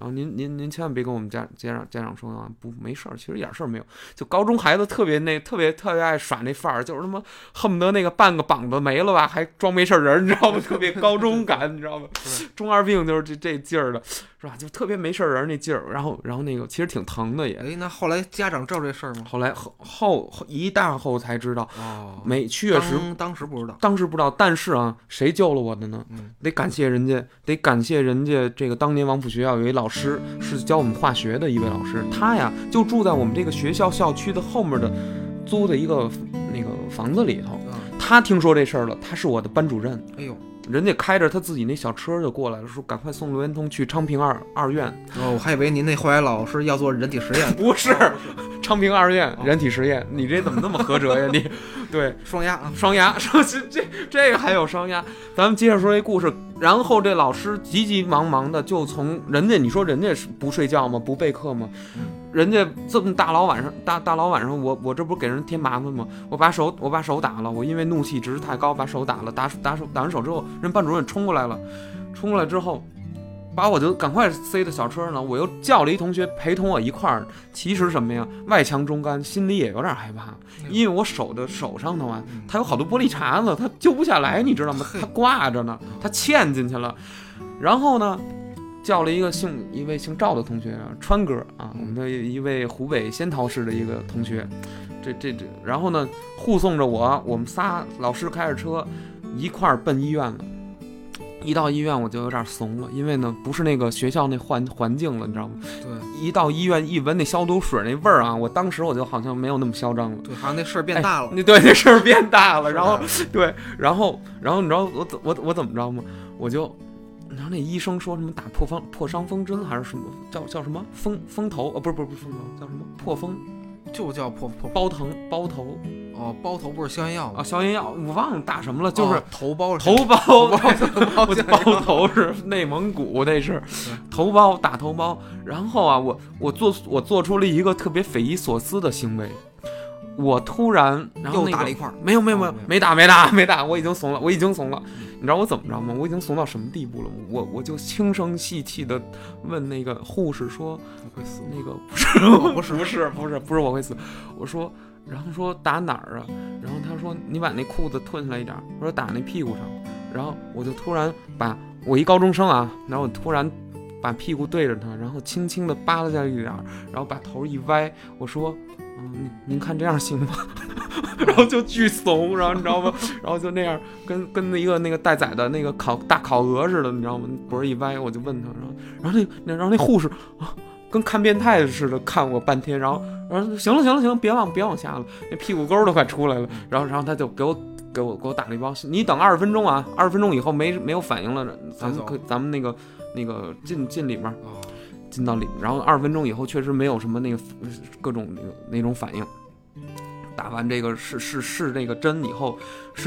然后您千万别跟我们家长说啊，不没事儿，其实一点事儿没有。就高中孩子特别爱耍那范儿，就是他妈恨不得那个半个膀子没了吧，还装没事人，你知道吗？特别高中感，你知道吗？中二病就是这劲儿的，是吧？就特别没事人那劲儿。然后那个其实挺疼的也。 哎，那后来家长知道这事儿吗？ 后来一大后才知道。 哦， 确实当时不知道， 但是啊，谁救了我的呢？得感谢人家这个当年王府学校有一老师是教我们化学的一位老师，他呀就住在我们这个学校校区的后面的租的一个那个房子里头。他听说这事儿了，他是我的班主任。 哎呦， 人家开着他自己那小车就过来了，说赶快送罗元通去昌平二院。 哦，我还以为您那化学老师要做人体实验。 不是，昌平二院人体实验，你这怎么那么合辙呀？你对双压， 说这个还有双压。咱们接着说这故事。然后这老师急急忙忙的就从人家，你说人家是不睡觉吗？不备课吗？人家这么大老晚上，我这不是给人添麻烦吗？我把手打了，我因为怒气值太高把手打了，打完手之后，人班主任冲过来之后，把我就赶快塞到小车上了。我又叫了一同学陪同我一块儿。其实什么呀，外强中干，心里也有点害怕，因为我手上头啊，它有好多玻璃碴子，它揪不下来，你知道吗？它挂着呢，它嵌进去了。然后呢，叫了一位姓赵的同学啊，川哥啊，我们的一位湖北仙桃市的一个同学。然后呢，护送着我们仨老师开着车一块儿奔医院了。一到医院我就有点怂了，因为呢不是那个学校那环境了，你知道吗？对，一到医院一闻那消毒水那味儿啊，我当时我就好像没有那么嚣张了。 对，好像那事儿变大了。 对，那事儿变大了。然后对，然后你知道我怎么着吗？然后那医生说什么打破伤风针还是什么叫什么风头不是风头，叫什么破风。 就叫破包头哦，包头不是消炎药啊？消炎药我忘了打什么了，就是头孢包头是内蒙古，那是打头孢。然后啊，我做出了一个特别匪夷所思的行为，我突然然后、 又打了一块， 没打，我已经怂了，你知道我怎么着吗？我已经怂到什么地步了？我就轻声细气的问那个护士说：“ 我会死？” 那个不是我会死。我说，然后说打哪儿啊？然后他说你把那裤子褪下来一点。我说打那屁股上。然后我就突然我一高中生啊，然后我突然把屁股对着他，然后轻轻的扒拉下一点，然后把头一歪，我说。您看这样行吗？然后就巨怂，然后你知道吗？然后就那样跟一个那个待宰的那个大烤鹅似的，你知道吗？脖儿一歪，我就问他，然后那护士啊，跟看变态似的看我半天，然后行了，别往下了，那屁股沟都快出来了。然后他就给我打了一包，你等20分钟啊，20分钟以后没有反应了，咱们那个进里面。进到里面，然后20分钟以后确实没有什么那个各种那种反应。打完这个试那个针以后，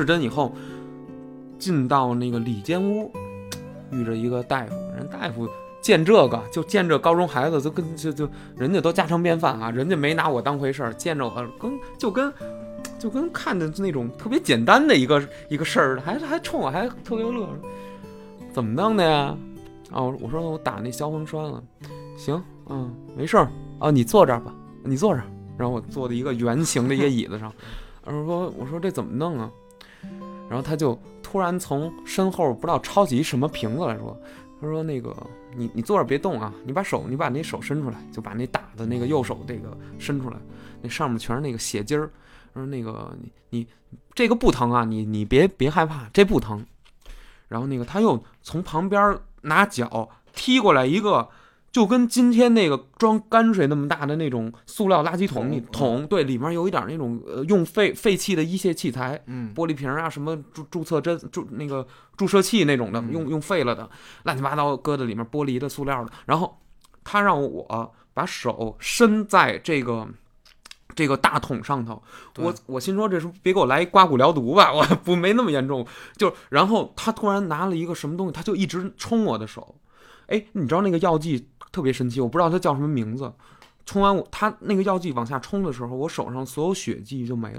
进到那个里间屋，遇着一个大夫，人大夫见这高中孩子就人家都家常便饭啊，人家没拿我当回事儿，见着我就跟看的那种特别简单的一个事儿，还冲我还特别乐，怎么弄的呀？我说我打那消风栓了。行，没事儿啊，你坐这儿吧，你坐这儿。然后我坐在一个圆形的一个椅子上，我说这怎么弄啊？然后他就突然从身后不知道抄起什么瓶子来说，他说那个你坐这儿别动啊，你把那手伸出来，就把那打的那个右手这个伸出来，那上面全是那个血筋儿。说那个你这个不疼啊，你别害怕，这不疼。然后那个他又从旁边拿脚踢过来一个。就跟今天那个装泔水那么大的那种塑料垃圾桶，对，里面有一点那种用废弃的医械器材，玻璃瓶啊，什么注射针、那个注射器那种的，用废了的，乱七八糟搁在里面，玻璃的、塑料的。然后他让我把手伸在这个大桶上头，我心说这是别给我来一刮骨疗毒吧，我没那么严重。然后他突然拿了一个什么东西，他就一直冲我的手。哎，你知道那个药剂特别神奇，我不知道它叫什么名字。冲完他那个药剂往下冲的时候，我手上所有血迹就没了。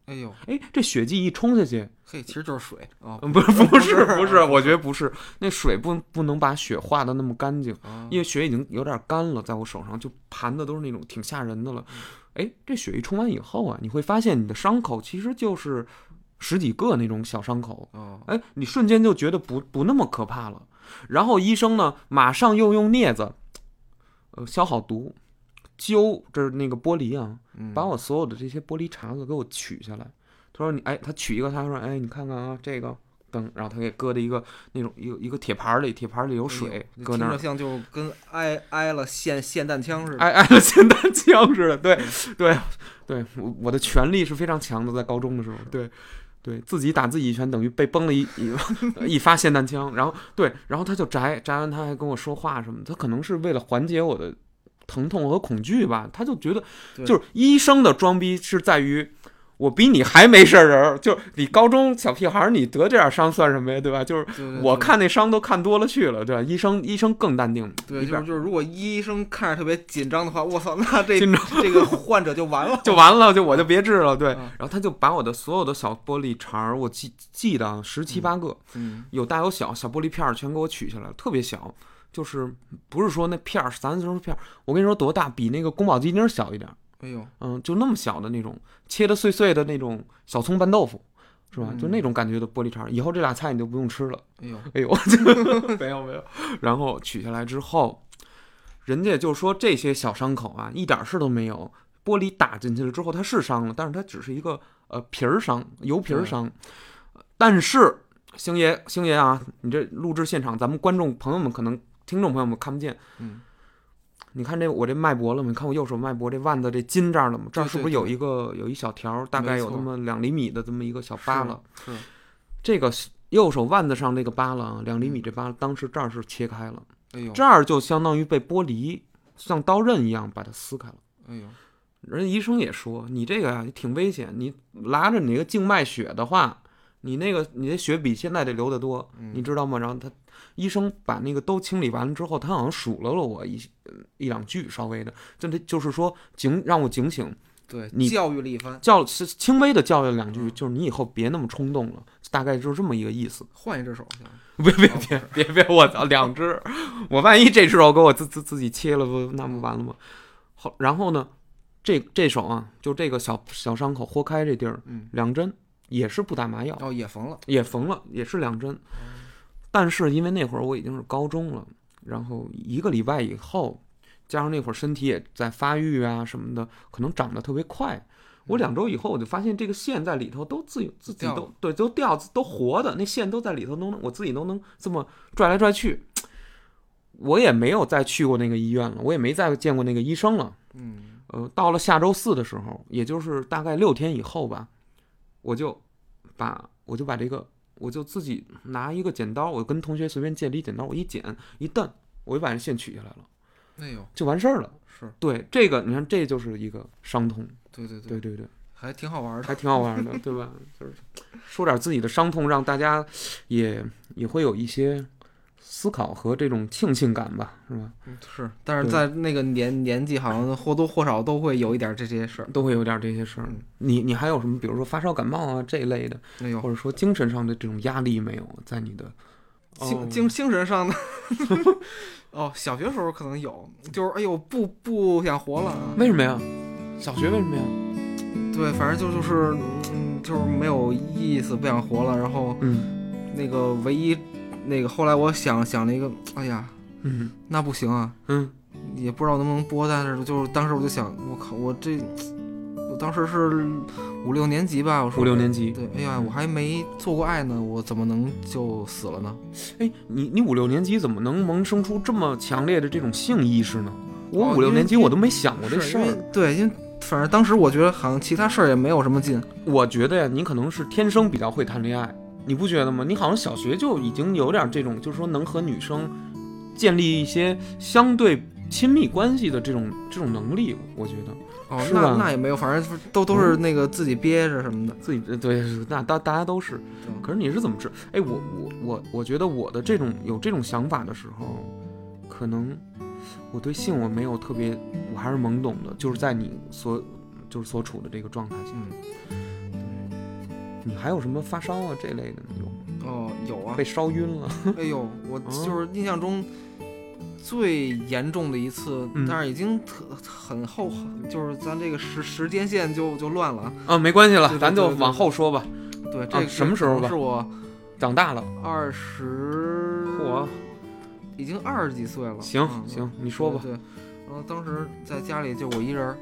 哎呦， 哎，这血迹一冲下去， 嘿，其实就是水啊， 不是，我觉得不是，那水不能把血化的那么干净，因为血已经有点干了，在我手上就盘的都是那种挺吓人的了。哎，这血一冲完以后啊，你会发现你的伤口其实就是十几个那种小伤口，哎，你瞬间就觉得不那么可怕了。然后医生呢，马上又用镊子，消好毒，揪着那个玻璃啊，把我所有的这些玻璃碴子给我取下来。他说他取一个，他说你看看啊，这个灯，然后他给搁在一个那种一个铁盘里，铁盘里有水，搁那儿， 像就跟挨了霰弹枪似的， 挨了霰弹枪似的。对，我的权力是非常强的，在高中的时候，对自己打自己一拳，等于被崩了一发霰弹枪。然后他就摘完，他还跟我说话什么，他可能是为了缓解我的疼痛和恐惧吧，他就觉得就是医生的装逼是在于我比你还没事人，就你高中小屁孩，你得这点伤算什么呀，对吧？就是我看那伤都看多了去了，对吧？医生更淡定。 对，就是如果医生看着特别紧张的话，我操，那这个患者就完了， 就我就别治了。对，然后他就把我的所有的小玻璃碴，我记得17、18个，有大有小，小玻璃片全给我取下来了，特别小，就是不是说那片是30片，我跟你说多大，比那个宫保鸡丁小一点。 哎呦， 就那么小的那种，切的碎碎的那种小葱拌豆腐，是吧？就那种感觉的玻璃碴，以后这俩菜你就不用吃了。哎呦，没有。然后取下来之后，人家就说这些小伤口啊，一点事都没有。玻璃打进去了之后，它是伤了，但是它只是一个皮儿伤，油皮儿伤。但是星爷啊，你这录制现场，咱们观众朋友们可能听众朋友们看不见，你看我这脉搏了吗？你看我右手脉搏这腕子这筋这儿了吗？这儿是不是有一小条，大概有那么2厘米的这么一个小疤了？ 是这个右手腕子上这个疤了，2厘米这疤了，当时这儿是切开了， 哎呦， 这儿就相当于被剥离，像刀刃一样把它撕开了。 哎呦， 人医生也说你这个呀，挺危险，你拉着你那个静脉血的话，你的血比现在得流得多，你知道吗？然后医生把那个都清理完了之后，他好像数了我一两句，稍微的，就是说让我警醒， 对， 你教育了一番， 轻微的教育了2句，就是你以后别那么冲动了，大概就是这么一个意思。 换一只手， 别，我操，2只，我万一这只手给我自己切了，不那不完了吗？好，然后呢，这手啊，就这个小伤口豁开这地儿，2针也是不打麻药， 也缝了， 也是2针。但是因为那会儿我已经是高中了，然后1个礼拜以后，加上那会儿身体也在发育啊什么的，可能长得特别快。我2周以后我就发现这个线在里头都自己都掉，都活的，那线都在里头，我自己都能这么拽来拽去。我也没有再去过那个医院了，我也没再见过那个医生了。到了下周4的时候，也就是大概6天以后吧，我就把这个。我就自己拿一个剪刀，我跟同学随便借了一剪刀，我一剪一蹬，我就把这线取下来了， 哎呦， 就完事儿了。 是对这个，你看这就是一个伤痛， 对，还挺好玩的，对吧？就是说点自己的伤痛，让大家也会有一些思考和这种庆感吧，是吧？ 是，但是在那个年纪，好像或多或少都会有一点这些事儿， 都会有点这些事儿。你还有什么，比如说发烧感冒啊这一类的，或者说精神上的这种压力没有在你的精神上的？小学时候可能有，就是哎呦不想活了。 为什么呀？小学为什么呀？ 对，反正就是没有意思，不想活了。然后那个唯一。那个后来我想了一个，哎呀，那不行啊，也不知道能不能播，但是就是当时我就想，我靠，我当时是5、6年级吧，我说 5、6年级， 对，哎呀，我还没做过爱呢，我怎么能就死了呢？ 哎，你5、6年级怎么能萌生出这么强烈的这种性意识呢？我5、6年级我都没想过这事儿。 对，因为反正当时我觉得好像其他事儿也没有什么劲。 我觉得呀，你可能是天生比较会谈恋爱。你不觉得吗？你好像小学就已经有点这种，就是说能和女生建立一些相对亲密关系的这种能力，我觉得。 那也没有，反正都是那个自己憋着什么的， 自己对，那大家都是。可是你是怎么治？哎，我觉得我的有这种想法的时候，可能我对性我没有特别，我还是懵懂的，就是在你所处的这个状态下。 你还有什么发烧啊这类的有吗？ 哦，有啊， 被烧晕了。 哎呦，我就是印象中最严重的一次，但是已经很后，就是咱这个时间线就乱了啊，没关系了， 对对对咱就往后说吧。 对，这什么时候吧？ 是我长大了我已经20几岁了。 行，你说吧。 对，然后当时在家里就我一人，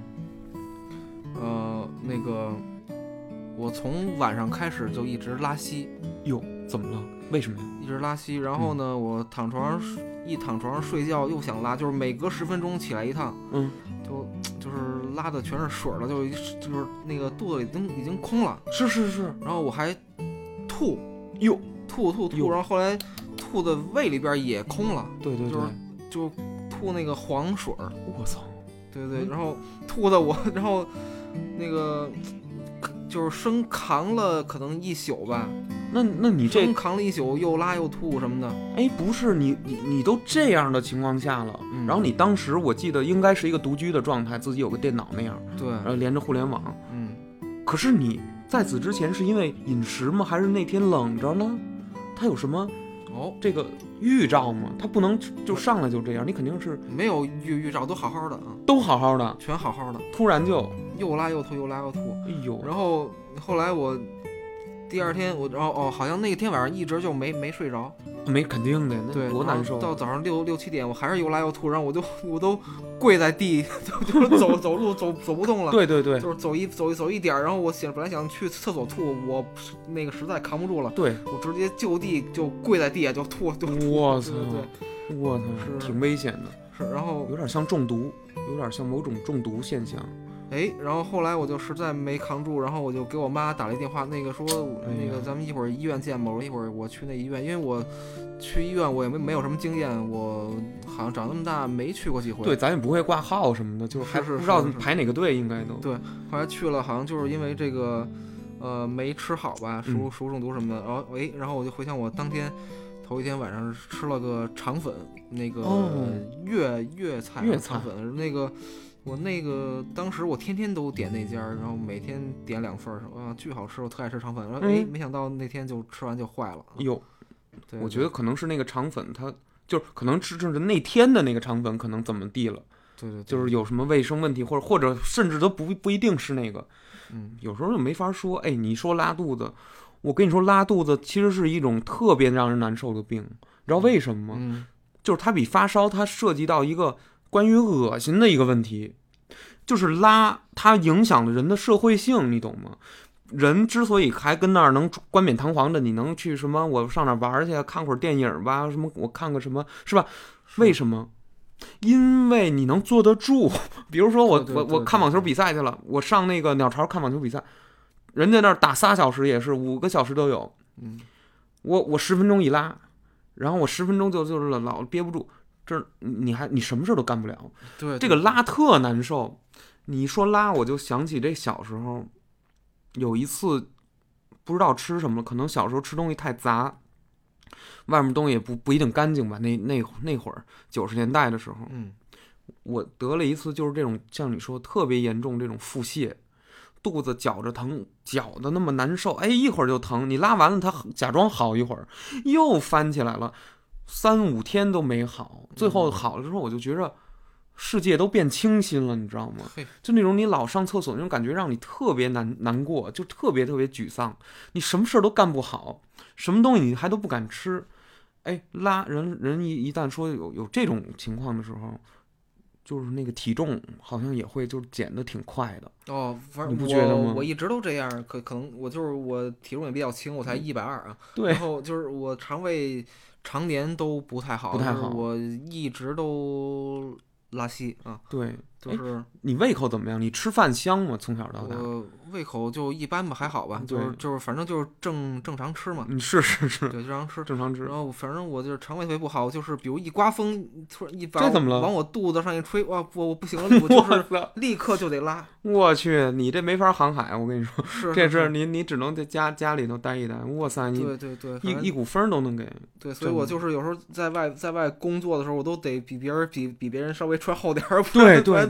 那个我从晚上开始就一直拉稀。 哟，怎么了？为什么呀？ 一直拉稀，然后呢，我躺床上睡觉又想拉，就是每隔10分钟起来一趟，就是拉的全是水了，就是那个肚子已经空了。 是。 然后我还吐，吐，然后后来吐的胃里边也空了。对，就吐那个黄水。 我操！ 对，然后吐的我，然后那个就是生扛了可能1宿吧。 那你这扛了1宿，又拉又吐什么的。 哎，不是你都这样的情况下了，然后你当时我记得应该是一个独居的状态，自己有个电脑那样， 对， 然后连着互联网。可是你在此之前是因为饮食吗？还是那天冷着呢？他有什么这个预兆吗？他不能就上来就这样，你肯定是没有预兆，都好好的啊， 都好好的， 全好好的， 突然就又拉又吐，又拉又吐。 哎呦！ 然后后来我第二天好像那天晚上一直就没睡着。 没肯定的，那多难受。 到早上6、7点，我还是又拉又吐，然后我都跪在地，就是走路走不动了。 对， 就是走一点，然后我本来想去厕所吐，我那个实在扛不住了， 对， 我直接就地就跪在地下就吐。 我操！ 对， 我操，是挺危险的。 是，然后有点像中毒，有点像某种中毒现象。 然后后来我就实在没扛住，然后我就给我妈打了一电话，那个说那个咱们一会儿医院见吧。我说一会儿我去那医院，因为我去医院我也没有什么经验，我好像长那么大没去过几回。 对，咱也不会挂号什么的，就是还不知道排哪个队，应该都。 对，后来去了，好像就是因为这个没吃好吧，食物中毒什么的。然后我就回想我当天头一天晚上吃了个肠粉，那个粤菜肠粉那个。我那个当时我天天都点那家，然后每天点2份，巨好吃，我特爱吃肠粉。然后没想到那天就吃完就坏了。哟，对， 我觉得可能是那个肠粉，它就是可能就是那天的那个肠粉可能怎么地了。 对， 就是有什么卫生问题，或者甚至都不一定是那个。有时候就没法说。哎，你说拉肚子，我跟你说拉肚子其实是一种特别让人难受的病，你知道为什么吗？就是它比发烧，它涉及到一个关于恶心的一个问题，就是拉它影响了人的社会性，你懂吗？人之所以还跟那儿能冠冕堂皇的，你能去什么？我上哪玩去？看会儿电影吧？什么？我看个什么？是吧？为什么？因为你能坐得住。比如说我看网球比赛去了，我上那个鸟巢看网球比赛，人家那儿打3小时也是5个小时都有。我10分钟一拉，然后我10分钟就是老憋不住。这你什么事都干不了。 对， 这个拉特难受。你一说拉，我就想起这小时候有一次不知道吃什么了，可能小时候吃东西太杂，外面东西也不一定干净吧。那会儿90年代的时候，我得了一次就是这种像你说特别严重这种腹泻，肚子绞着疼，绞的那么难受，一会儿就疼，你拉完了它假装好一会儿又翻起来了。3、5天都没好，最后好了之后，我就觉着世界都变清新了，你知道吗？就那种你老上厕所那种感觉，让你特别难过，就特别沮丧，你什么事都干不好，什么东西你还都不敢吃。拉人一旦说有这种情况的时候，就是那个体重好像也会就减得挺快的。 反正你不觉得吗？ 我一直都这样，可能我体重也比较轻，我才120啊。 对， 然后就是我肠胃常年都不太好，我一直都拉稀啊。 对， 就是你胃口怎么样？你吃饭香吗？从小到大？ 胃口就一般吧，还好吧。就是反正就是正常吃嘛。 是。 对，正常吃。 然后反正我就是肠胃特别不好，就是比如一刮风，突然这怎么了？ 往我肚子上一吹，哇，我不行了，我就是立刻就得拉。 我去，你这没法航海，我跟你说， 这是你只能在家里头待一待。哇塞，你对， 一股风都能给。 对，所以我就是有时候在外工作的时候，我都得比别人稍微穿厚点儿，不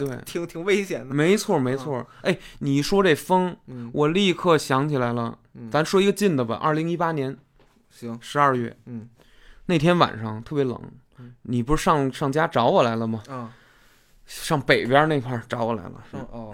对， 挺危险的。 没错没错。哎，你说这风，我立刻想起来了。咱说一个近的吧，2018年， 行 ，12月，那天晚上特别冷，你不是上家找我来了吗？上北边那块找我来了。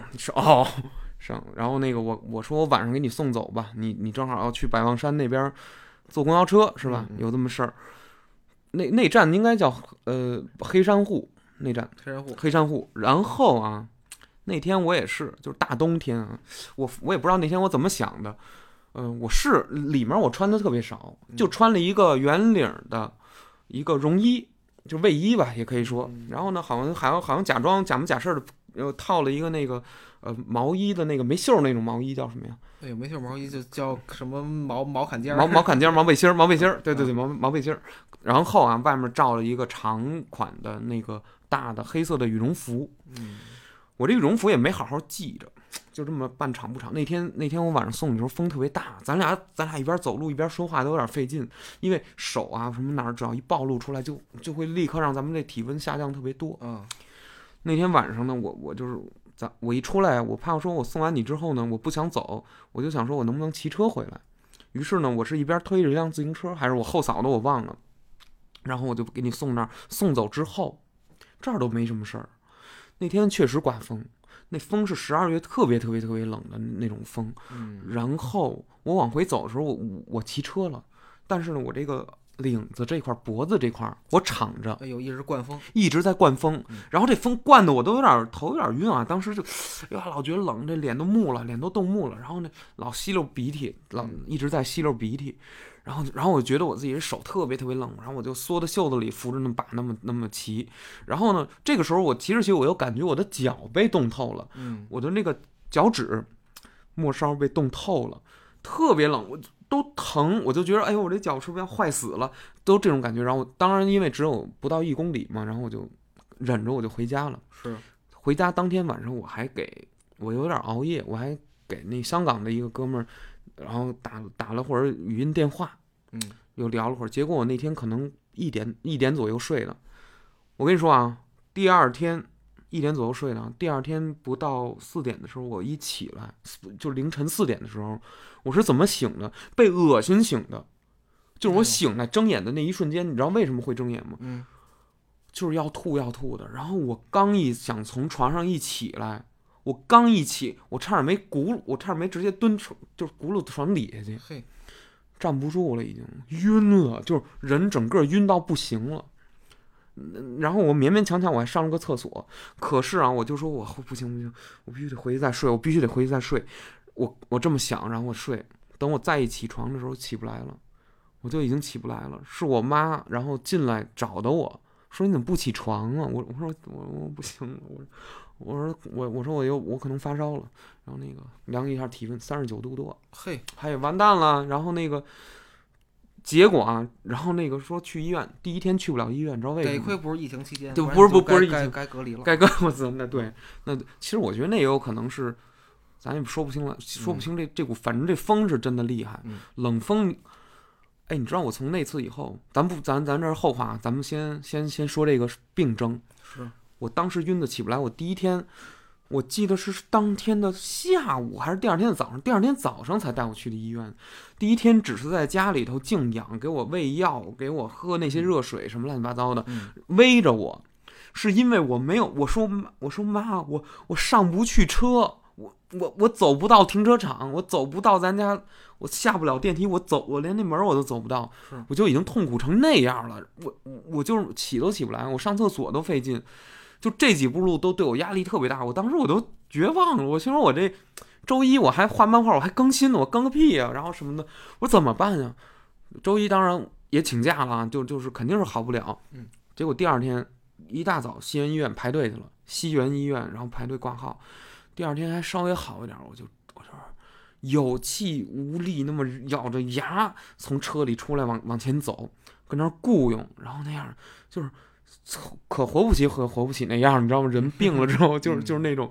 然后那个我说我晚上给你送走吧，你正好要去百望山那边坐公交车是吧？有这么事儿。那站应该叫黑山户那站，黑山户。然后啊，那天我也是，就是大冬天啊，我也不知道那天我怎么想的，我是里面我穿的特别少，就穿了一个圆领的一个绒衣，就卫衣吧，也可以说。然后呢，好像假装假模假式的套了一个那个毛衣的那个没袖那种毛衣，叫什么呀？ 哎呦，没袖毛衣就叫什么毛坎肩毛坎肩毛背心儿，对，毛背心儿。然后啊，外面罩了一个长款的那个大的黑色的羽绒服。我这羽绒服也没好好系着，就这么半长不长。那天我晚上送你的时候风特别大，咱俩一边走路一边说话都有点费劲，因为手啊什么哪儿只要一暴露出来就会立刻让咱们这体温下降特别多。那天晚上呢，我就是我一出来，我怕说我送完你之后呢，我不想走，我就想说我能不能骑车回来。于是呢，我是一边推着一辆自行车，还是我后嫂的我忘了，然后我就给你送那儿。送走之后，这儿都没什么事儿。那天确实刮风，那风是12月特别冷的那种风。然后我往回走的时候，我骑车了，但是呢，我这个领子这块脖子这块我敞着， 哎呦，一直灌风， 一直在灌风。然后这风灌的我都头有点晕啊，当时就老觉得冷，这脸都木了，脸都冻木了。然后呢，老吸溜鼻涕，一直在吸溜鼻涕。然后我觉得我自己的手特别冷，然后我就缩在袖子里扶着那把那么骑。然后呢，这个时候我骑着骑，我又感觉我的脚被冻透了，我的那个脚趾末梢被冻透了，特别冷，我都疼，我就觉得哎呦，我这脚是不是要坏死了，都这种感觉。然后当然因为只有不到1公里嘛，然后我就忍着我就回家了。 是回家当天晚上我有点熬夜，我还给那香港的一个哥们儿，然后打了会儿语音电话，又聊了会儿。结果我那天可能一点左右睡了。我跟你说啊，第二天1点左右睡了，第二天不到4点的时候，我一起来，就凌晨4点的时候，我是怎么醒的？被恶心醒的。就是我醒来睁眼的那一瞬间，你知道为什么会睁眼吗？就是要吐的。然后我刚一想从床上一起来，我刚一起，我差点没直接蹲就是轱辘床底下去，站不住了，已经晕了，就是人整个晕到不行了。然后我勉勉强强我还上了个厕所，可是啊，我就说我不行，我必须得回去再睡，我这么想，然后我睡，等我再一起床的时候起不来了，我就已经起不来了。是我妈然后进来找的我，说你怎么不起床啊？我说我不行，我说我可能发烧了，然后那个量一下体温39度多，还完蛋了。然后那个结果啊，然后那个说去医院，第一天去不了医院，你知道为什么？ 得亏不是疫情期间， 对，不是疫情， 该隔离了， 我操，那对，那其实我觉得那也有可能是，咱也说不清这股，反正这风是真的厉害，冷风。哎，你知道我从那次以后，咱这是后话，咱们先说这个病症。 是我当时晕的起不来，我第一天，我记得是当天的下午还是第二天的早上，第二天早上才带我去的医院。第一天只是在家里头静养，给我喂药，给我喝那些热水什么乱七八糟的，煨着我，是因为我没有，我说妈，我上不去车。我走不到停车场，我走不到咱家，我下不了电梯，我连那门我都走不到，我就已经痛苦成那样了。我就是起都起不来，我上厕所都费劲，就这几步路都对我压力特别大。我当时我都绝望了，我心说我这周一我还画漫画，我还更新呢，我更个屁呀，然后什么的，我怎么办呀？周一当然也请假了，就是肯定是好不了。结果第二天一大早西园医院排队去了，西园医院，然后排队挂号。第二天还稍微好一点，我就有气无力，那么咬着牙从车里出来，往前走，跟那儿雇佣，然后那样就是可活不起那样，你知道吗？人病了之后就是那种，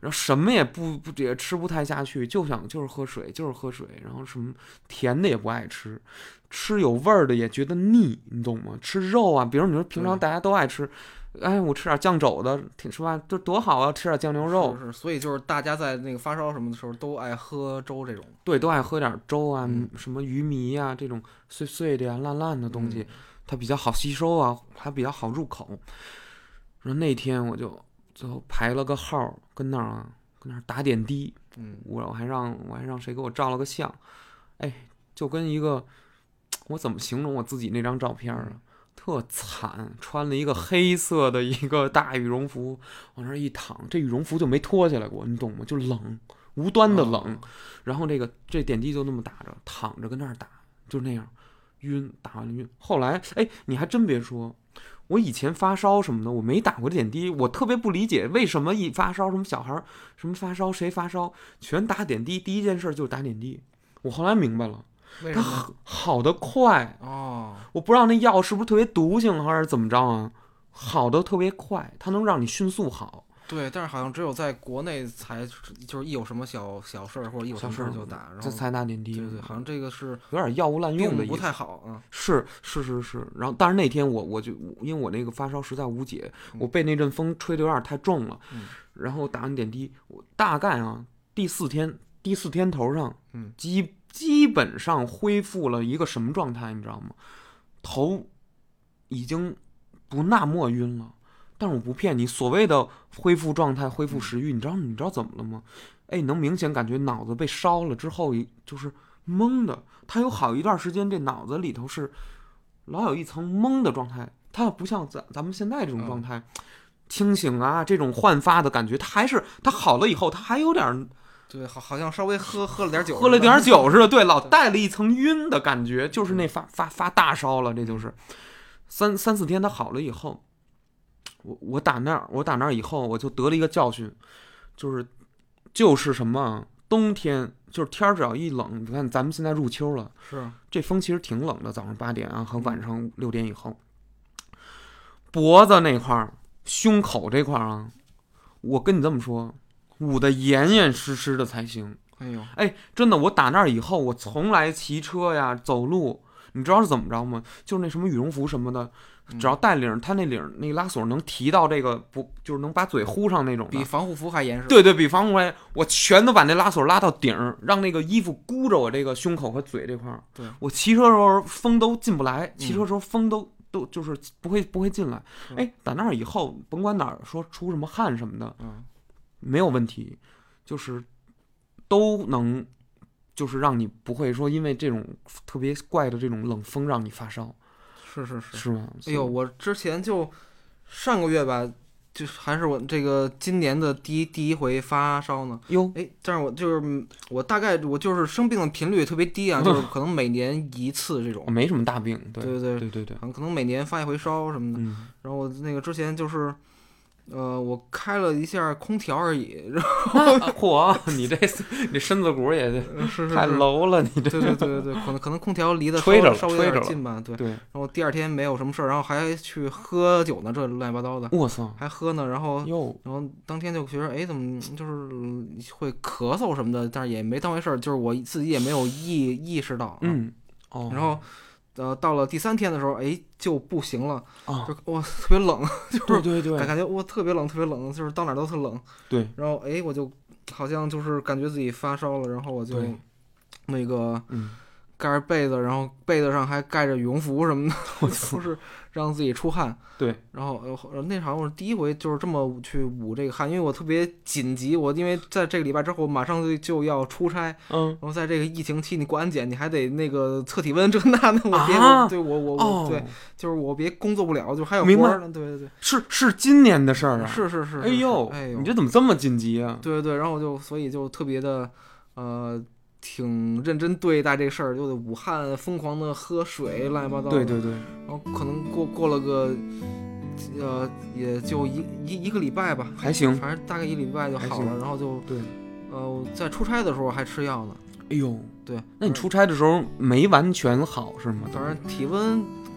然后什么也也吃不太下去，就是喝水，然后什么甜的也不爱吃，吃有味儿的也觉得腻，你懂吗？吃肉啊，比如你说平常大家都爱吃，哎，我吃点酱肘子，是吧？这多好啊，吃点酱牛肉。 是，所以就是大家在那个发烧什么的时候都爱喝粥这种。 对，都爱喝点粥啊，什么鱼糜啊，这种碎碎的呀、烂烂的东西，它比较好吸收啊，还比较好入口。然后那天我就最后排了个号，跟那儿打点滴。我还让谁给我照了个相，哎，就跟一个，我怎么形容我自己那张照片啊？特惨，穿了一个黑色的一个大羽绒服，往那一躺，这羽绒服就没脱下来过，你懂吗？就冷，无端的冷。然后这点滴就那么打着，躺着跟那儿打，就那样晕，打完了晕。后来，哎，你还真别说，我以前发烧什么的，我没打过点滴，我特别不理解为什么一发烧，什么小孩什么发烧，谁发烧全打点滴，第一件事就是打点滴。我后来明白了。它好得快哦， 我不知道那药是不是特别毒性还是怎么着啊？好的特别快，它能让你迅速好。 对，但是好像只有在国内才就是一有什么小事儿或者一有什么事儿就打，然后才打点滴。 对，好像这个是有点药物滥用的意思， 不太好啊。 是。然后，但是那天我就因为我那个发烧实在无解，我被那阵风吹得有点太重了，然后打完点滴，我大概啊第四天头上，基本上恢复了一个什么状态，你知道吗？头已经不那么晕了，但是我不骗你，所谓的恢复状态、恢复食欲，你知道怎么了吗？哎，能明显感觉脑子被烧了之后，就是懵的。他有好一段时间，这脑子里头是老有一层懵的状态，它不像咱们现在这种状态，清醒啊，这种焕发的感觉，它好了以后，它还有点。 对，好像稍微喝了点酒似的，对，老带了一层晕的感觉，就是那发大烧了，这就是三四天他好了以后，我打那儿以后，我就得了一个教训，就是什么冬天，就是天只要一冷，你看咱们现在入秋了， 是这风其实挺冷的，早上8点啊和晚上6点以后，脖子那块儿、胸口这块儿啊，我跟你这么说。捂得严严实实的才行。哎，真的，我打那儿以后，我从来骑车呀、走路，你知道是怎么着吗？就是那什么羽绒服什么的，只要带领，它那领那拉锁能提到这个不，就是能把嘴呼上那种的， 比防护服还严实。 对，比防护服还，我全都把那拉锁拉到顶，让那个衣服箍着我这个胸口和嘴这块儿。 对， 我骑车的时候风都进不来，骑车的时候风都就是不会进来。哎，打那儿以后，甭管哪儿说出什么汗什么的，没有问题，就是都能，就是让你不会说因为这种特别怪的这种冷风让你发烧，是吗？ 哎呦，我之前就上个月吧，就是还是我这个今年的第一回发烧呢。 哟， 哎，但是我大概我就是生病的频率特别低啊，就是可能每年一次这种， 没什么大病， 对，可能每年发一回烧什么的。然后我那个之前就是。我开了一下空调而已，然后嚯，你身子骨也太 low 了，你这对，可能空调离得稍微有点近吧，对。然后第二天没有什么事儿，然后还去喝酒呢，这乱七八糟的， 我操， 还喝呢，然后当天就觉得，哎，怎么就是会咳嗽什么的，但是也没当回事儿，就是我自己也没有意识到，然后。到了第3天的时候，哎，就不行了，就哇特别冷，就是对， 感觉哇特别冷，就是到哪都特冷。 对， 然后哎，我就好像就是感觉自己发烧了，然后我就那个盖着被子，然后被子上还盖着羽绒服什么的，就是让自己出汗。 对， 然后那好像我是第一回就是这么去捂这个汗，因为我特别紧急，我因为在这个礼拜之后马上就要出差，然后在这个疫情期你过安检，你还得那个测体温这那的，我别对我对，就是我别工作不了，就还有活呢，对， 是今年的事儿啊， 是， 哎呦，你这怎么这么紧急啊？ 对，然后所以就特别的挺认真对待这事儿，就得武汉疯狂的喝水，乱七八糟的。 对。 然后可能过了个，也就一个礼拜吧， 还行， 反正大概1礼拜就好了。然后就对， 在出差的时候还吃药呢。 哎呦， 对， 那你出差的时候没完全好是吗？ 反正体温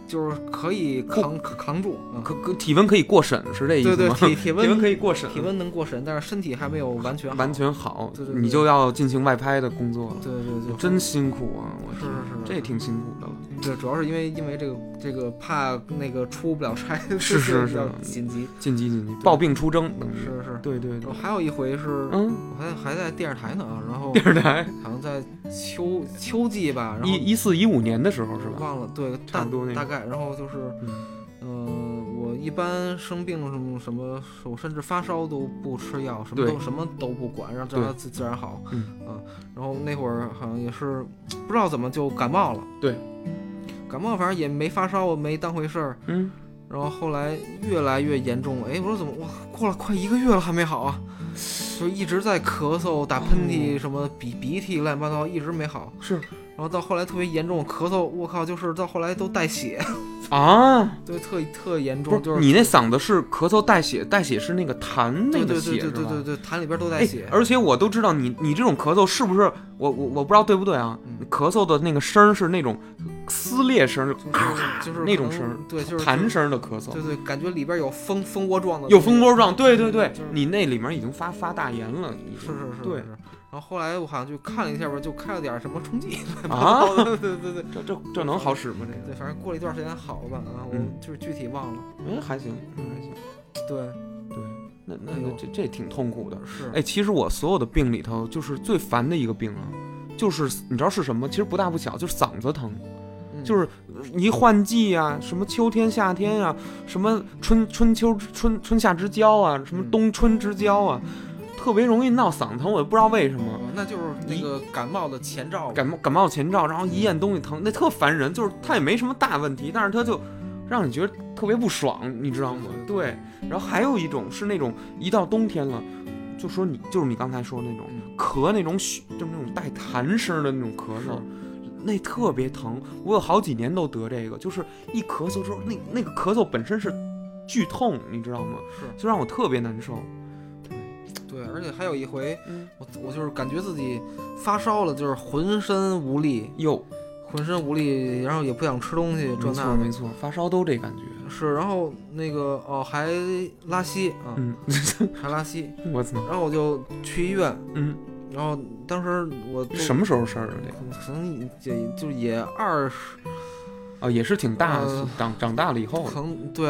就是可以扛住， 体温可以过审是这意思吗？ 对，体温可以过审， 体温能过审，但是身体还没有完全好，对， 你就要进行外拍的工作了。 对， 真辛苦啊！ 是， 这也挺辛苦的了。 对，主要是因为这个怕那个出不了差， 是紧急， 抱病出征， 是， 对。 还有一回是，我还在电视台呢啊，然后电视台好像在秋季吧，然后 14-15年的时候是吧？ 忘了，对， 差不多大概，然后就是，我一般生病什么，我甚至发烧都不吃药，什么都不管，让它自然好，然后那会儿好像也是不知道怎么就感冒了， 对， 感冒反正也没发烧，我没当回事儿，然后后来越来越严重，哎，我说怎么过了快1个月了还没好啊？就一直在咳嗽、打喷嚏，什么鼻涕乱七八糟，一直没好。 是， 然后到后来特别严重，咳嗽，我靠，就是到后来都带血啊， 对，特严重。就是你那嗓子是咳嗽带血是那个痰那个血是吧？ 对，痰里边都带血。 而且我都知道你这种咳嗽是不是我不知道对不对啊？咳嗽的那个声是那种撕裂声， 就是那种声， 对，就是痰声的咳嗽。 对，感觉里边有蜂窝状的。 有蜂窝状，对，你那里面已经发大炎了。 是， 对。 然后后来我好像就看了一下吧，就开了点什么冲剂啊， 对， 这能好使吗？这个对，反正过了一段时间好了吧，我就是具体忘了。 还行。对，那这挺痛苦的。 是， 哎，其实我所有的病里头，就是最烦的一个病啊，就是你知道是什么？其实不大不小，就是嗓子疼。就是一换季啊，什么秋天夏天啊，什么春夏之交啊，什么冬春之交啊，特别容易闹嗓子疼，我也不知道为什么。 那就是那个感冒的前兆。 感冒前兆，然后一咽东西疼，那特烦人。就是它也没什么大问题，但是它就让你觉得特别不爽，你知道吗？对。然后还有一种是那种一到冬天了，就是你刚才说的那种咳那种就是那种带痰声的那种咳嗽。那特别疼，我有好几年都得这个，就是一咳嗽之后，那个咳嗽本身是剧痛，你知道吗？ 是， 就让我特别难受。 对，而且还有一回，我就是感觉自己发烧了，就是浑身无力，然后也不想吃东西，这那的。 没错，发烧都这感觉。 是，然后那个还拉稀啊，还拉稀， 我操！ 然后我就去医院，然后当时我什么时候事儿啊？ 可能也20， 也是挺大的，长大了以后， 可能对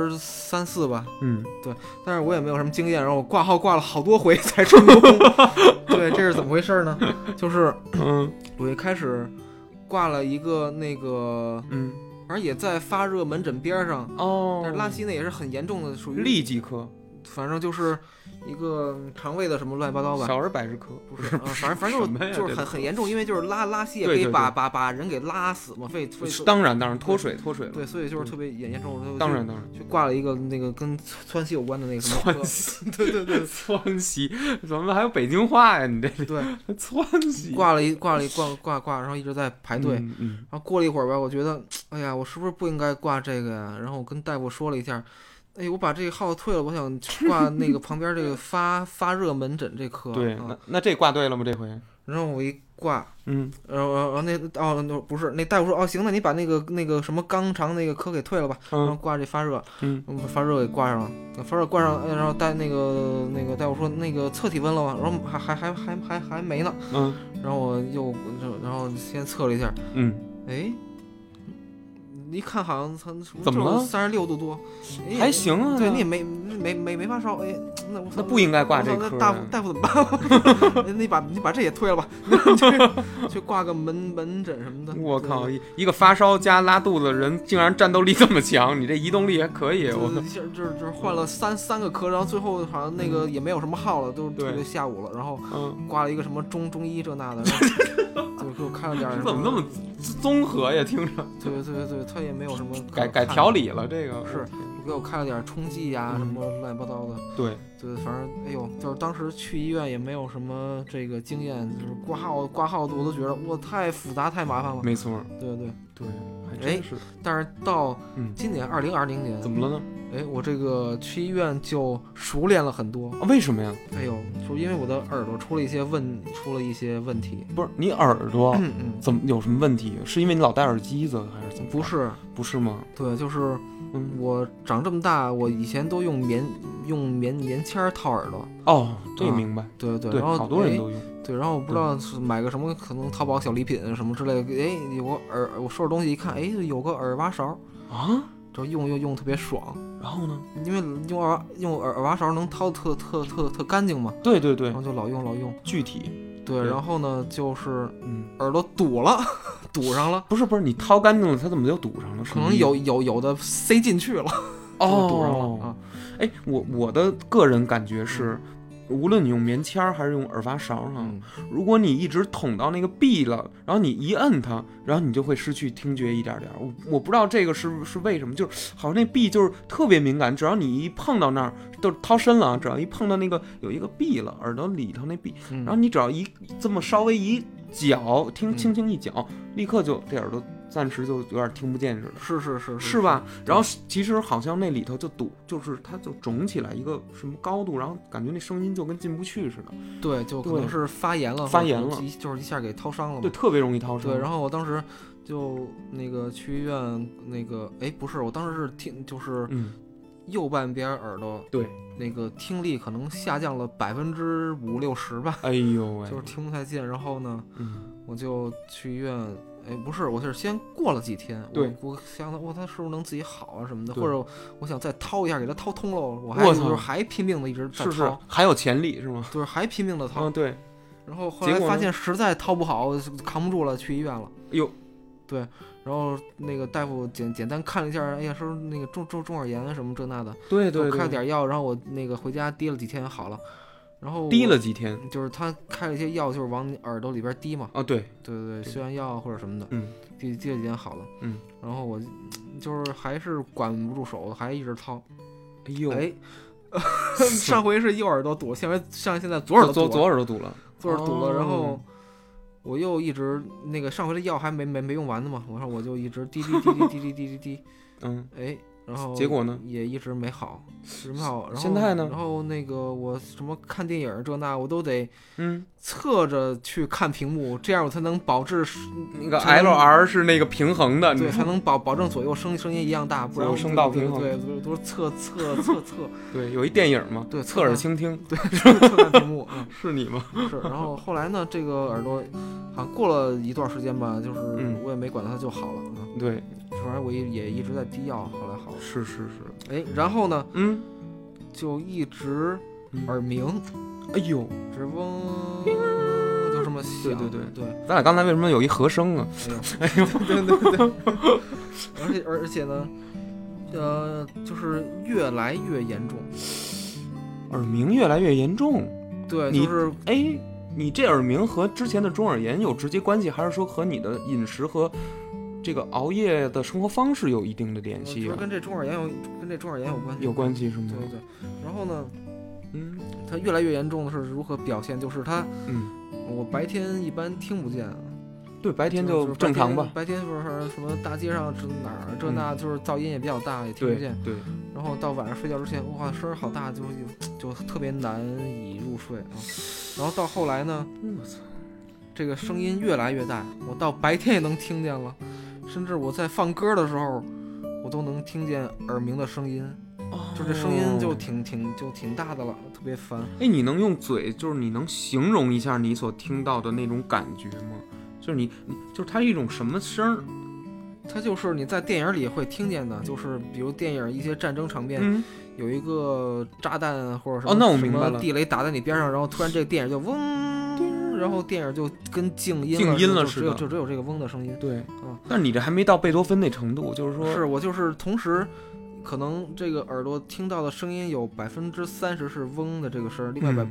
23、24吧，对，但是我也没有什么经验，然后我挂号挂了好多回才成功。对，这是怎么回事呢？就是我一开始挂了一个那个反正也在发热门诊边上但是拉稀那也是很严重的，属于痢疾科， 反正就是一个肠胃的什么乱七八糟吧， 小儿百日科不是，反正就是很严重，因为就是拉稀也可以把人给拉死嘛， 当然脱水了， 对，所以就是特别严重。 当然就挂了一个那个跟窜稀有关的那个什么科，对， 窜稀，怎么还有北京话呀？你这里对窜稀， 挂，然后一直在排队，然后过了一会儿吧，我觉得，哎呀，我是不是不应该挂这个呀？然后我跟大夫说了一下。哎，我把这个号退了，我想挂那个旁边这个发热门诊这科。 对，那这挂对了吗？这回？ 然后我一挂，然后不是，那大夫说，行，那你把那个什么肛肠那个科给退了吧，然后挂这发热，把发热给挂上了，发热挂上，然后带那个大夫说那个测体温了吗？然后还没呢，然后我然后先测了一下，哎。一看好像怎么了 ？36度多， 还行啊。 对，你也没发烧，哎， 那不应该挂这科。 大夫怎么办？你把这也退了吧，去挂个门诊什么的。 我靠，一个发烧加拉肚子的人，竟然战斗力这么强，你这移动力还可以。我就是换了三个科，然后最后好像那个也没有什么号了，都特别下午了，然后挂了一个什么中医这那的。就给我看了点怎么那么综合呀？听着， 对，他也没有什么改调理了，这个是给我开了点冲剂呀，什么乱七八糟的。 对， 反正哎呦，就是当时去医院也没有什么这个经验，就是挂号我都觉得哇太复杂太麻烦了。 没错， 对， 还真是。 但是到今年2020年怎么了呢？ 哎，我这个去医院就熟练了很多。 为什么呀？ 哎呦，就因为我的耳朵出了一些问题。 不是你耳朵怎么有什么问题？是因为你老戴耳机子还是怎么？ 不是吗？ 对，就是我长这么大，我以前都用棉签套耳朵。 哦，这明白。 对， 然后好多人都用。 对，然后我不知道是买个什么，可能淘宝小礼品什么之类的。哎，我收拾东西一看，哎，有个耳挖勺啊， 就用特别爽。 然后呢？ 因为用耳挖勺能掏特干净嘛。 对， 然后就老用。 具体。 对，然后呢就是耳朵堵了，堵上了。 不是，你掏干净了，它怎么就堵上了？ 可能有的塞进去了，堵上了啊。 哎，我的个人感觉是。无论你用棉签还是用耳挖勺如果你一直捅到那个壁了，然后你一摁它，然后你就会失去听觉一点点。我不知道这个是为什么，就是好像那壁就是特别敏感，只要你一碰到那儿都掏深了，只要一碰到那个有一个壁了，耳朵里头那壁，然后你只要这么稍微一搅，轻轻一搅，立刻就这耳朵暂时就有点听不见似的，是吧？然后其实好像那里头就堵，就是它就肿起来一个什么高度，然后感觉那声音就跟进不去似的。 对，就可能是发炎了，就是一下给掏伤了嘛。 对，特别容易掏伤。 对，然后我当时就那个去医院，那个不是，我当时是听就是右半边耳朵对那个听力可能下降了5%-60%吧。 哎呦喂， 就是听不太见。然后呢，我就去医院。不是，我是先过了几天，我想他是不是能自己好啊什么的，或者我想再掏一下，给他掏通了，我还拼命的一直在掏， 是还有潜力是吗？ 就是还拼命的掏， 对。 然后后来发现实在掏不好，扛不住了，去医院了。 哟， 对，然后那个大夫简单看了一下，哎呀，说那个中耳炎什么这那的， 对， 开了点药，然后我那个回家滴了几天好了。然后滴了几天， 就是他开了一些药，就是往你耳朵里边滴嘛。 对， 消炎药或者什么的。滴了几天好了。然后我就是还是管不住手，还一直掏。 哎呦， 上回是右耳朵堵，现在左耳朵堵了。 左耳朵堵了。 左耳堵了，然后我又一直那个上回的药还没用完呢嘛，然后我就一直滴。然后结果呢也一直没好，然后现在呢？ 然后那个我什么看电影这那我都得侧着去看屏幕，这样我才能保质那个 LR 是那个平衡的， 对，才能保证左右声音一样大，不然声道平衡， 对，都是侧。 对，有一电影嘛， 对， 侧耳倾听， 对，侧看屏幕是你吗？ 是。然后后来呢，这个耳朵好像过了一段时间吧，就是我也没管它就好了对。 反正我也一直在滴药，后来好了。 是。 然后呢，就一直耳鸣， 哎呦， 直嗡，就这么响。对。 咱俩刚才为什么有一和声啊？ 哎呦，对。而且呢，就是越来越严重， 耳鸣越来越严重。 对，就是你这耳鸣和之前的中耳炎有直接关系，还是说和你的饮食和这个熬夜的生活方式有一定的联系跟这中耳炎有关系。 有关系是吗？ 对。然后呢，它越来越严重的是如何表现？就是它，我白天一般听不见。 对，白天就正常吧。 白天就是什么大街上哪儿这那，就是噪音也比较大，也听不见。 对。 然后到晚上睡觉之前，哇，声好大，就特别难以入睡啊。然后到后来呢， 我操， 这个声音越来越大，我到白天也能听见了。甚至我在放歌的时候，我都能听见耳鸣的声音，就这声音就挺大的了，特别烦。 你能用嘴，就是你能形容一下你所听到的那种感觉吗？就是你就是它是一种什么声？ 它就是你在电影里会听见的，就是比如电影一些战争场面，有一个炸弹或者什么那我明白了， 什么地雷打在你边上，然后突然这个电影就嗡。然后电影就跟静音了似的， 就只有这个嗡的声音。 对，但是你这还没到贝多芬那程度，就是说， 是我就是同时，可能这个耳朵听到的声音有30%是嗡的这个声，另外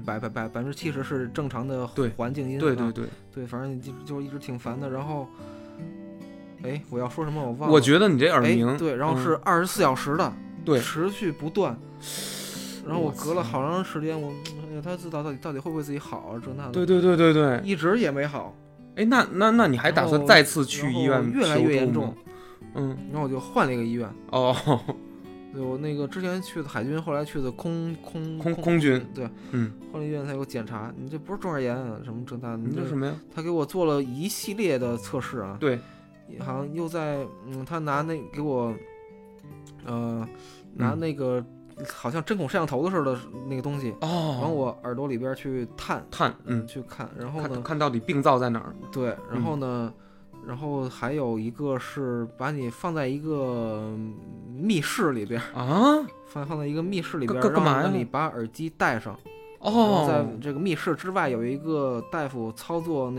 70%是正常的环境音。对，反正就一直挺烦的。然后，我要说什么我忘了。 我觉得你这耳鸣， 对，然后是24小时的， 对， 持续不断。然后我隔了好长时间，他到底会不会自己好啊？这那的。 对， 一直也没好。 那你还打算再次去医院？ 越来越严重。 然后我就换了一个医院。 有那个之前去的海军，后来去的空军， 对，后来医院他给我检查，你这不是中耳炎啊，什么这那， 你这什么呀？ 他给我做了一系列的测试啊， 对， 好像又在他拿那给我，拿那个好像针孔摄像头的似的那个东西，往我耳朵里边去探，去看，然后呢， 看到底病灶在哪儿？ 对，然后呢？然后还有一个是把你放在一个密室里边啊， 放在一个密室里边， 干嘛呀？ 让你把耳机戴上。在这个密室之外有一个大夫操作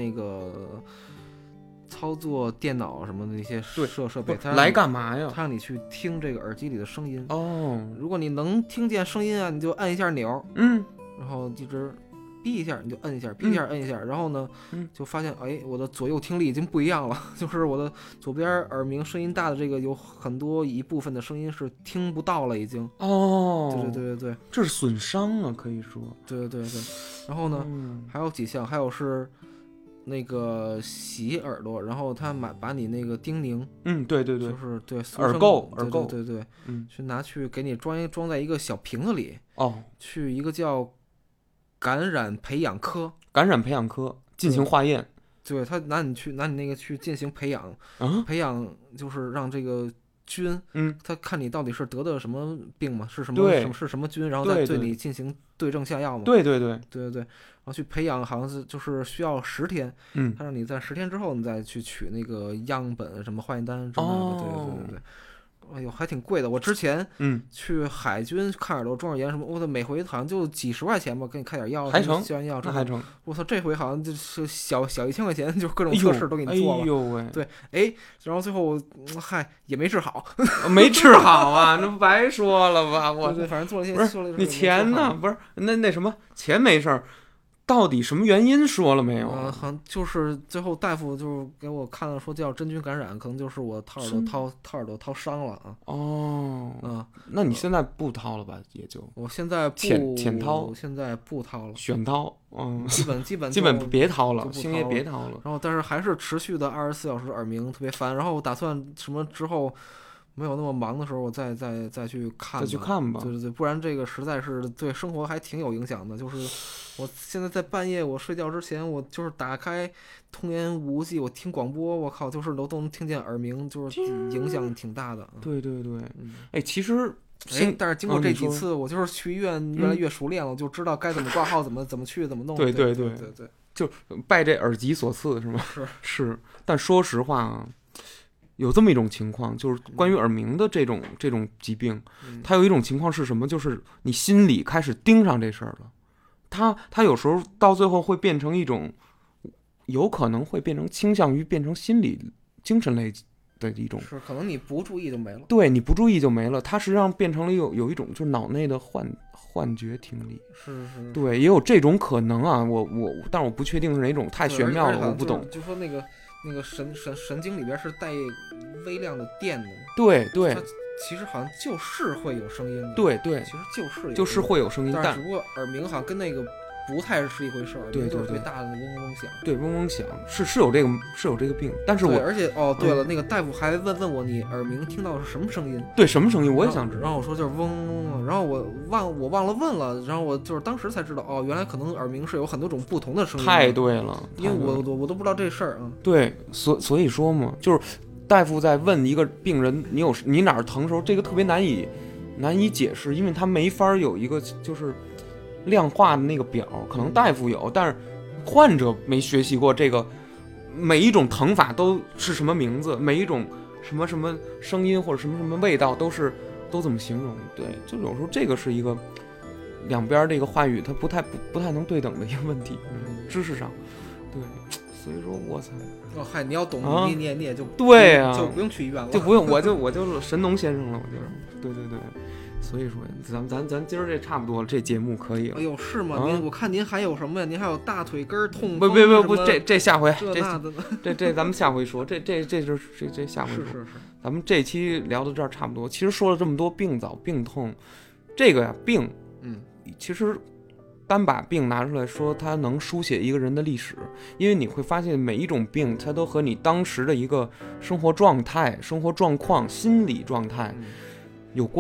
电脑什么的一些设备，他来干嘛呀？ 他让你去听这个耳机里的声音。如果你能听见声音啊，你就按一下钮，然后一直。逼一下你就摁一下，逼一下摁一下，然后呢，就发现我的左右听力已经不一样了，就是我的左边耳鸣声音大的这个有很多一部分的声音是听不到了，已经。对， 这是损伤啊，可以说。 对。然后呢，还有几项，还有是那个洗耳朵，然后他把你那个叮咛， 对， 就是对耳垢， 对，去拿去给你装在一个小瓶子里，去一个叫。感染培养科进行化验，对，他拿你那个去进行培养，培养就是让这个菌，他看你到底是得的什么病嘛，是什么菌，然后再对你进行对症下药嘛，对，然后去培养，好像是就是需要10天，他让你在10天之后你再去取那个样本什么化验单之类的，对。哎呦，还挺贵的。我之前去海军看耳朵中耳炎什么，我的每回好像就几10块钱吧，给你开点药， 还成， 消炎药， 还成。 我操，这回好像就是小1000块钱，就各种测试都给你做了。 哎呦喂， 对，然后最后也没治好， 没治好啊，那不白说了吧？我对，反正做了些，说了你钱呢？不是那什么钱没事儿。到底什么原因说了没有？ 好像就是最后大夫就是给我看了，说叫真菌感染，可能就是我掏耳朵掏伤了啊。 那你现在不掏了吧？也就我现在浅掏， 现在不掏了， 选掏， 基本别掏了，星爷别掏了。 然后但是还是持续的24小时耳鸣，特别烦。然后我打算什么之后。没有那么忙的时候，我再去看， 吧。 对，不然这个实在是对生活还挺有影响的。就是我现在在半夜我睡觉之前，我就是打开童言无忌，我听广播，我靠，就是都能听见耳鸣，就是影响挺大的。 对，其实但是经过这几次，我就是去医院越来越熟练了，我就知道该怎么挂号，怎么去，怎么弄。 对，就拜这耳疾所赐是吗？ 是， 但说实话啊。有这么一种情况，就是关于耳鸣的这种疾病，它有一种情况是什么？就是你心里开始盯上这事儿了，它有时候到最后会变成一种，有可能会倾向于变成心理精神类的一种， 是可能你不注意就没了。 对，你不注意就没了，它实际上变成了有一种就是脑内的幻觉听力。 是， 对，也有这种可能啊，但是我不确定是哪种，太玄妙了，我不懂。 就说那个神经里边是带微量的电的， 对， 它其实好像就是会有声音的， 对， 其实就是会有声音， 但只不过耳鸣好像跟那个不太是一回事儿， 对， 特别大的嗡嗡响， 对，嗡嗡响是有这个病，但是而且对了，那个大夫还问我你耳鸣听到的是什么声音？ 对，什么声音我也想知道。 然后我说就是嗡嗡，然后我忘了问了，然后我就是当时才知道原来可能耳鸣是有很多种不同的声音。 太对了， 因为我都不知道这事儿啊。 对，所以说嘛，就是大夫在问一个病人你哪儿疼的时候，这个特别难以解释，因为他没法有一个就是量化的那个表，可能大夫有，但是患者没学习过这个每一种疼法都是什么名字，每一种什么声音或者什么味道都怎么形容。对，就有时候这个是一个两边这个话语它不太能对等的一个问题，知识上。对，所以说我操， 你要懂，你也就对啊， 就不用去医院了， 就不用，我就神农先生了，我就是对。所以说，咱今儿这差不多了，这节目可以了。 哎呦，是吗？我看您还有什么呀？您还有大腿根痛？ 不，这下回这咱们下回说，这下回说。 是。 咱们这期聊到这儿差不多。其实说了这么多病早病痛，这个呀病，其实单把病拿出来说，它能书写一个人的历史，因为你会发现每一种病，它都和你当时的一个生活状态、生活状况、心理状态有关。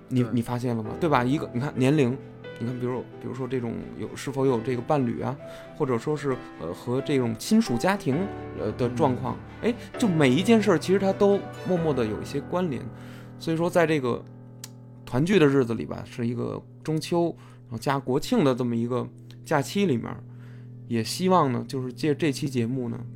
你发现了吗？对吧？一个你看年龄，你看比如说这种是否有这个伴侣啊，或者说是和这种亲属家庭的状况，就每一件事其实它都默默的有一些关联。所以说在这个团聚的日子里吧，是一个中秋然后加国庆的这么一个假期里面，也希望呢就是借这期节目呢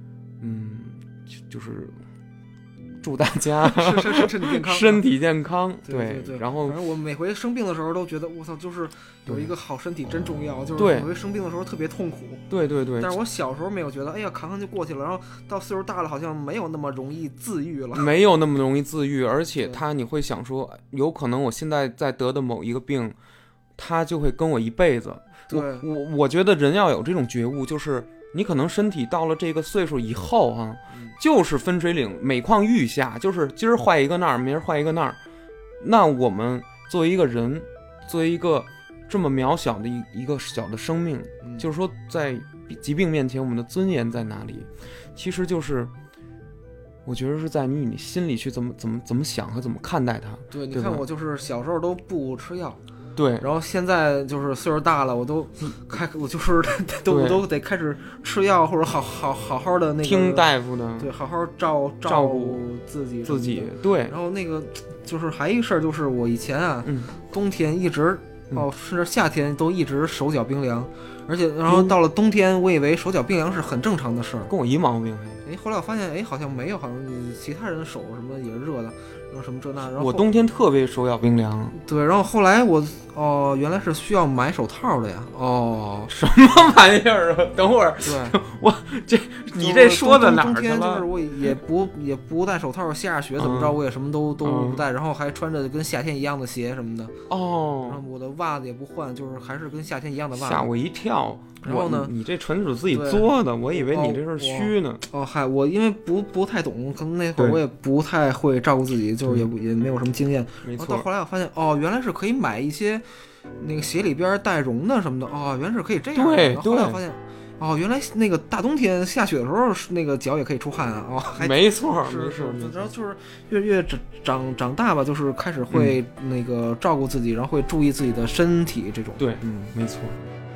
就是祝大家身体健康， 对， 然后反正我每回生病的时候都觉得我操，就是有一个好身体真重要，就是每回生病的时候特别痛苦， 对， 但是我小时候没有觉得，哎呀扛就过去了，然后到岁数大了好像没有那么容易自愈了， 没有那么容易自愈，而且你会想说，有可能我现在在得的某一个病，它就会跟我一辈子。 对， 我觉得人要有这种觉悟，就是你可能身体到了这个岁数以后啊，就是分水岭，每况愈下，就是今儿坏一个那儿，明儿坏一个那儿。那我们作为一个人，作为一个这么渺小的一个小的生命，就是说在疾病面前，我们的尊严在哪里？其实就是我觉得是在于你心里去怎么想和怎么看待它。 对，你看我就是小时候都不吃药。 对， 然后现在就是岁数大了，我就是我都得开始吃药，或者好好的那个听大夫的， 对，好好照顾自己， 对。 然后那个就是还一个事儿，就是我以前啊，冬天一直甚至夏天都一直手脚冰凉，而且然后到了冬天，我以为手脚冰凉是很正常的事儿， 跟我一毛病。 后来我发现，好像没有，好像其他人的手什么也是热的。什么这那，然后我冬天特别手脚冰凉。 对，然后后来我原来是需要买手套的呀。 什么玩意儿啊？等会儿， 对， 你这说的哪儿去了？ 冬天就是我也不戴手套，下雪怎么着我也什么都不戴，然后还穿着跟夏天一样的鞋什么的。然后我的袜子也不换，就是还是跟夏天一样的袜子。 吓我一跳。 然后呢， 你这纯属自己作的，我以为你这是虚呢。 我因为不太懂，可能那会儿我也不太会照顾自己，就是也没有什么经验。 没错。 到后来我发现，原来是可以买一些那个鞋里边带绒的什么的，原来是可以这样的。 对。 后来我发现，原来那个大冬天下雪的时候，那个脚也可以出汗啊。 没错， 是。然后就是越长大吧，就是开始会那个照顾自己，然后会注意自己的身体这种。 对，没错。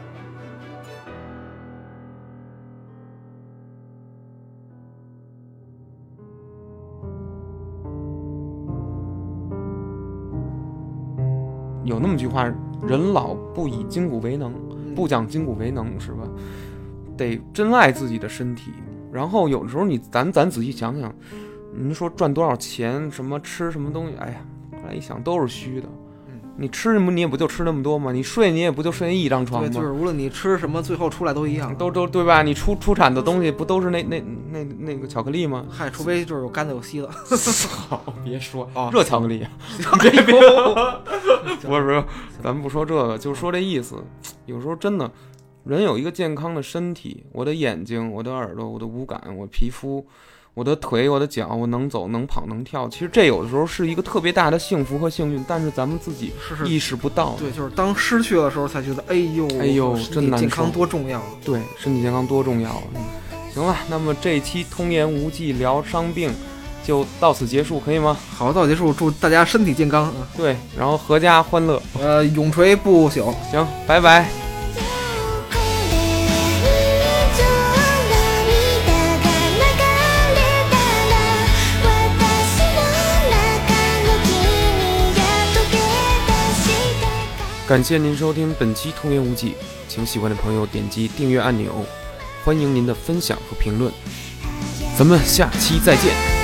有那么句话，人老不以筋骨为能，不讲筋骨为能，是吧？得真爱自己的身体。然后有的时候咱仔细想想，您说赚多少钱，什么吃什么东西，哎呀，后来一想都是虚的。你吃什么你也不就吃那么多吗？你睡你也不就睡一张床吗？ 对，就是无论你吃什么，最后出来都一样， 都对吧？你出产的东西不都是那个巧克力吗？ 嗨，除非就是有干的有稀的。 好，别说热巧克力，别，不是，咱们不说这个，就说这意思。有时候真的，人有一个健康的身体，我的眼睛、我的耳朵、我的五感、我皮肤。我的腿，我的脚，我能走能跑能跳，其实这有的时候是一个特别大的幸福和幸运，但是咱们自己意识不到。 对，就是当失去的时候才觉得哎呦真难受， 健康多重要。 对，身体健康多重要。行了，那么这一期通言无忌聊伤病就到此结束，可以吗？ 好，到此结束，祝大家身体健康。 对，然后阖家欢乐， 永垂不朽。 行，拜拜。感谢您收听本期通言无忌，请喜欢的朋友点击订阅按钮，欢迎您的分享和评论，咱们下期再见。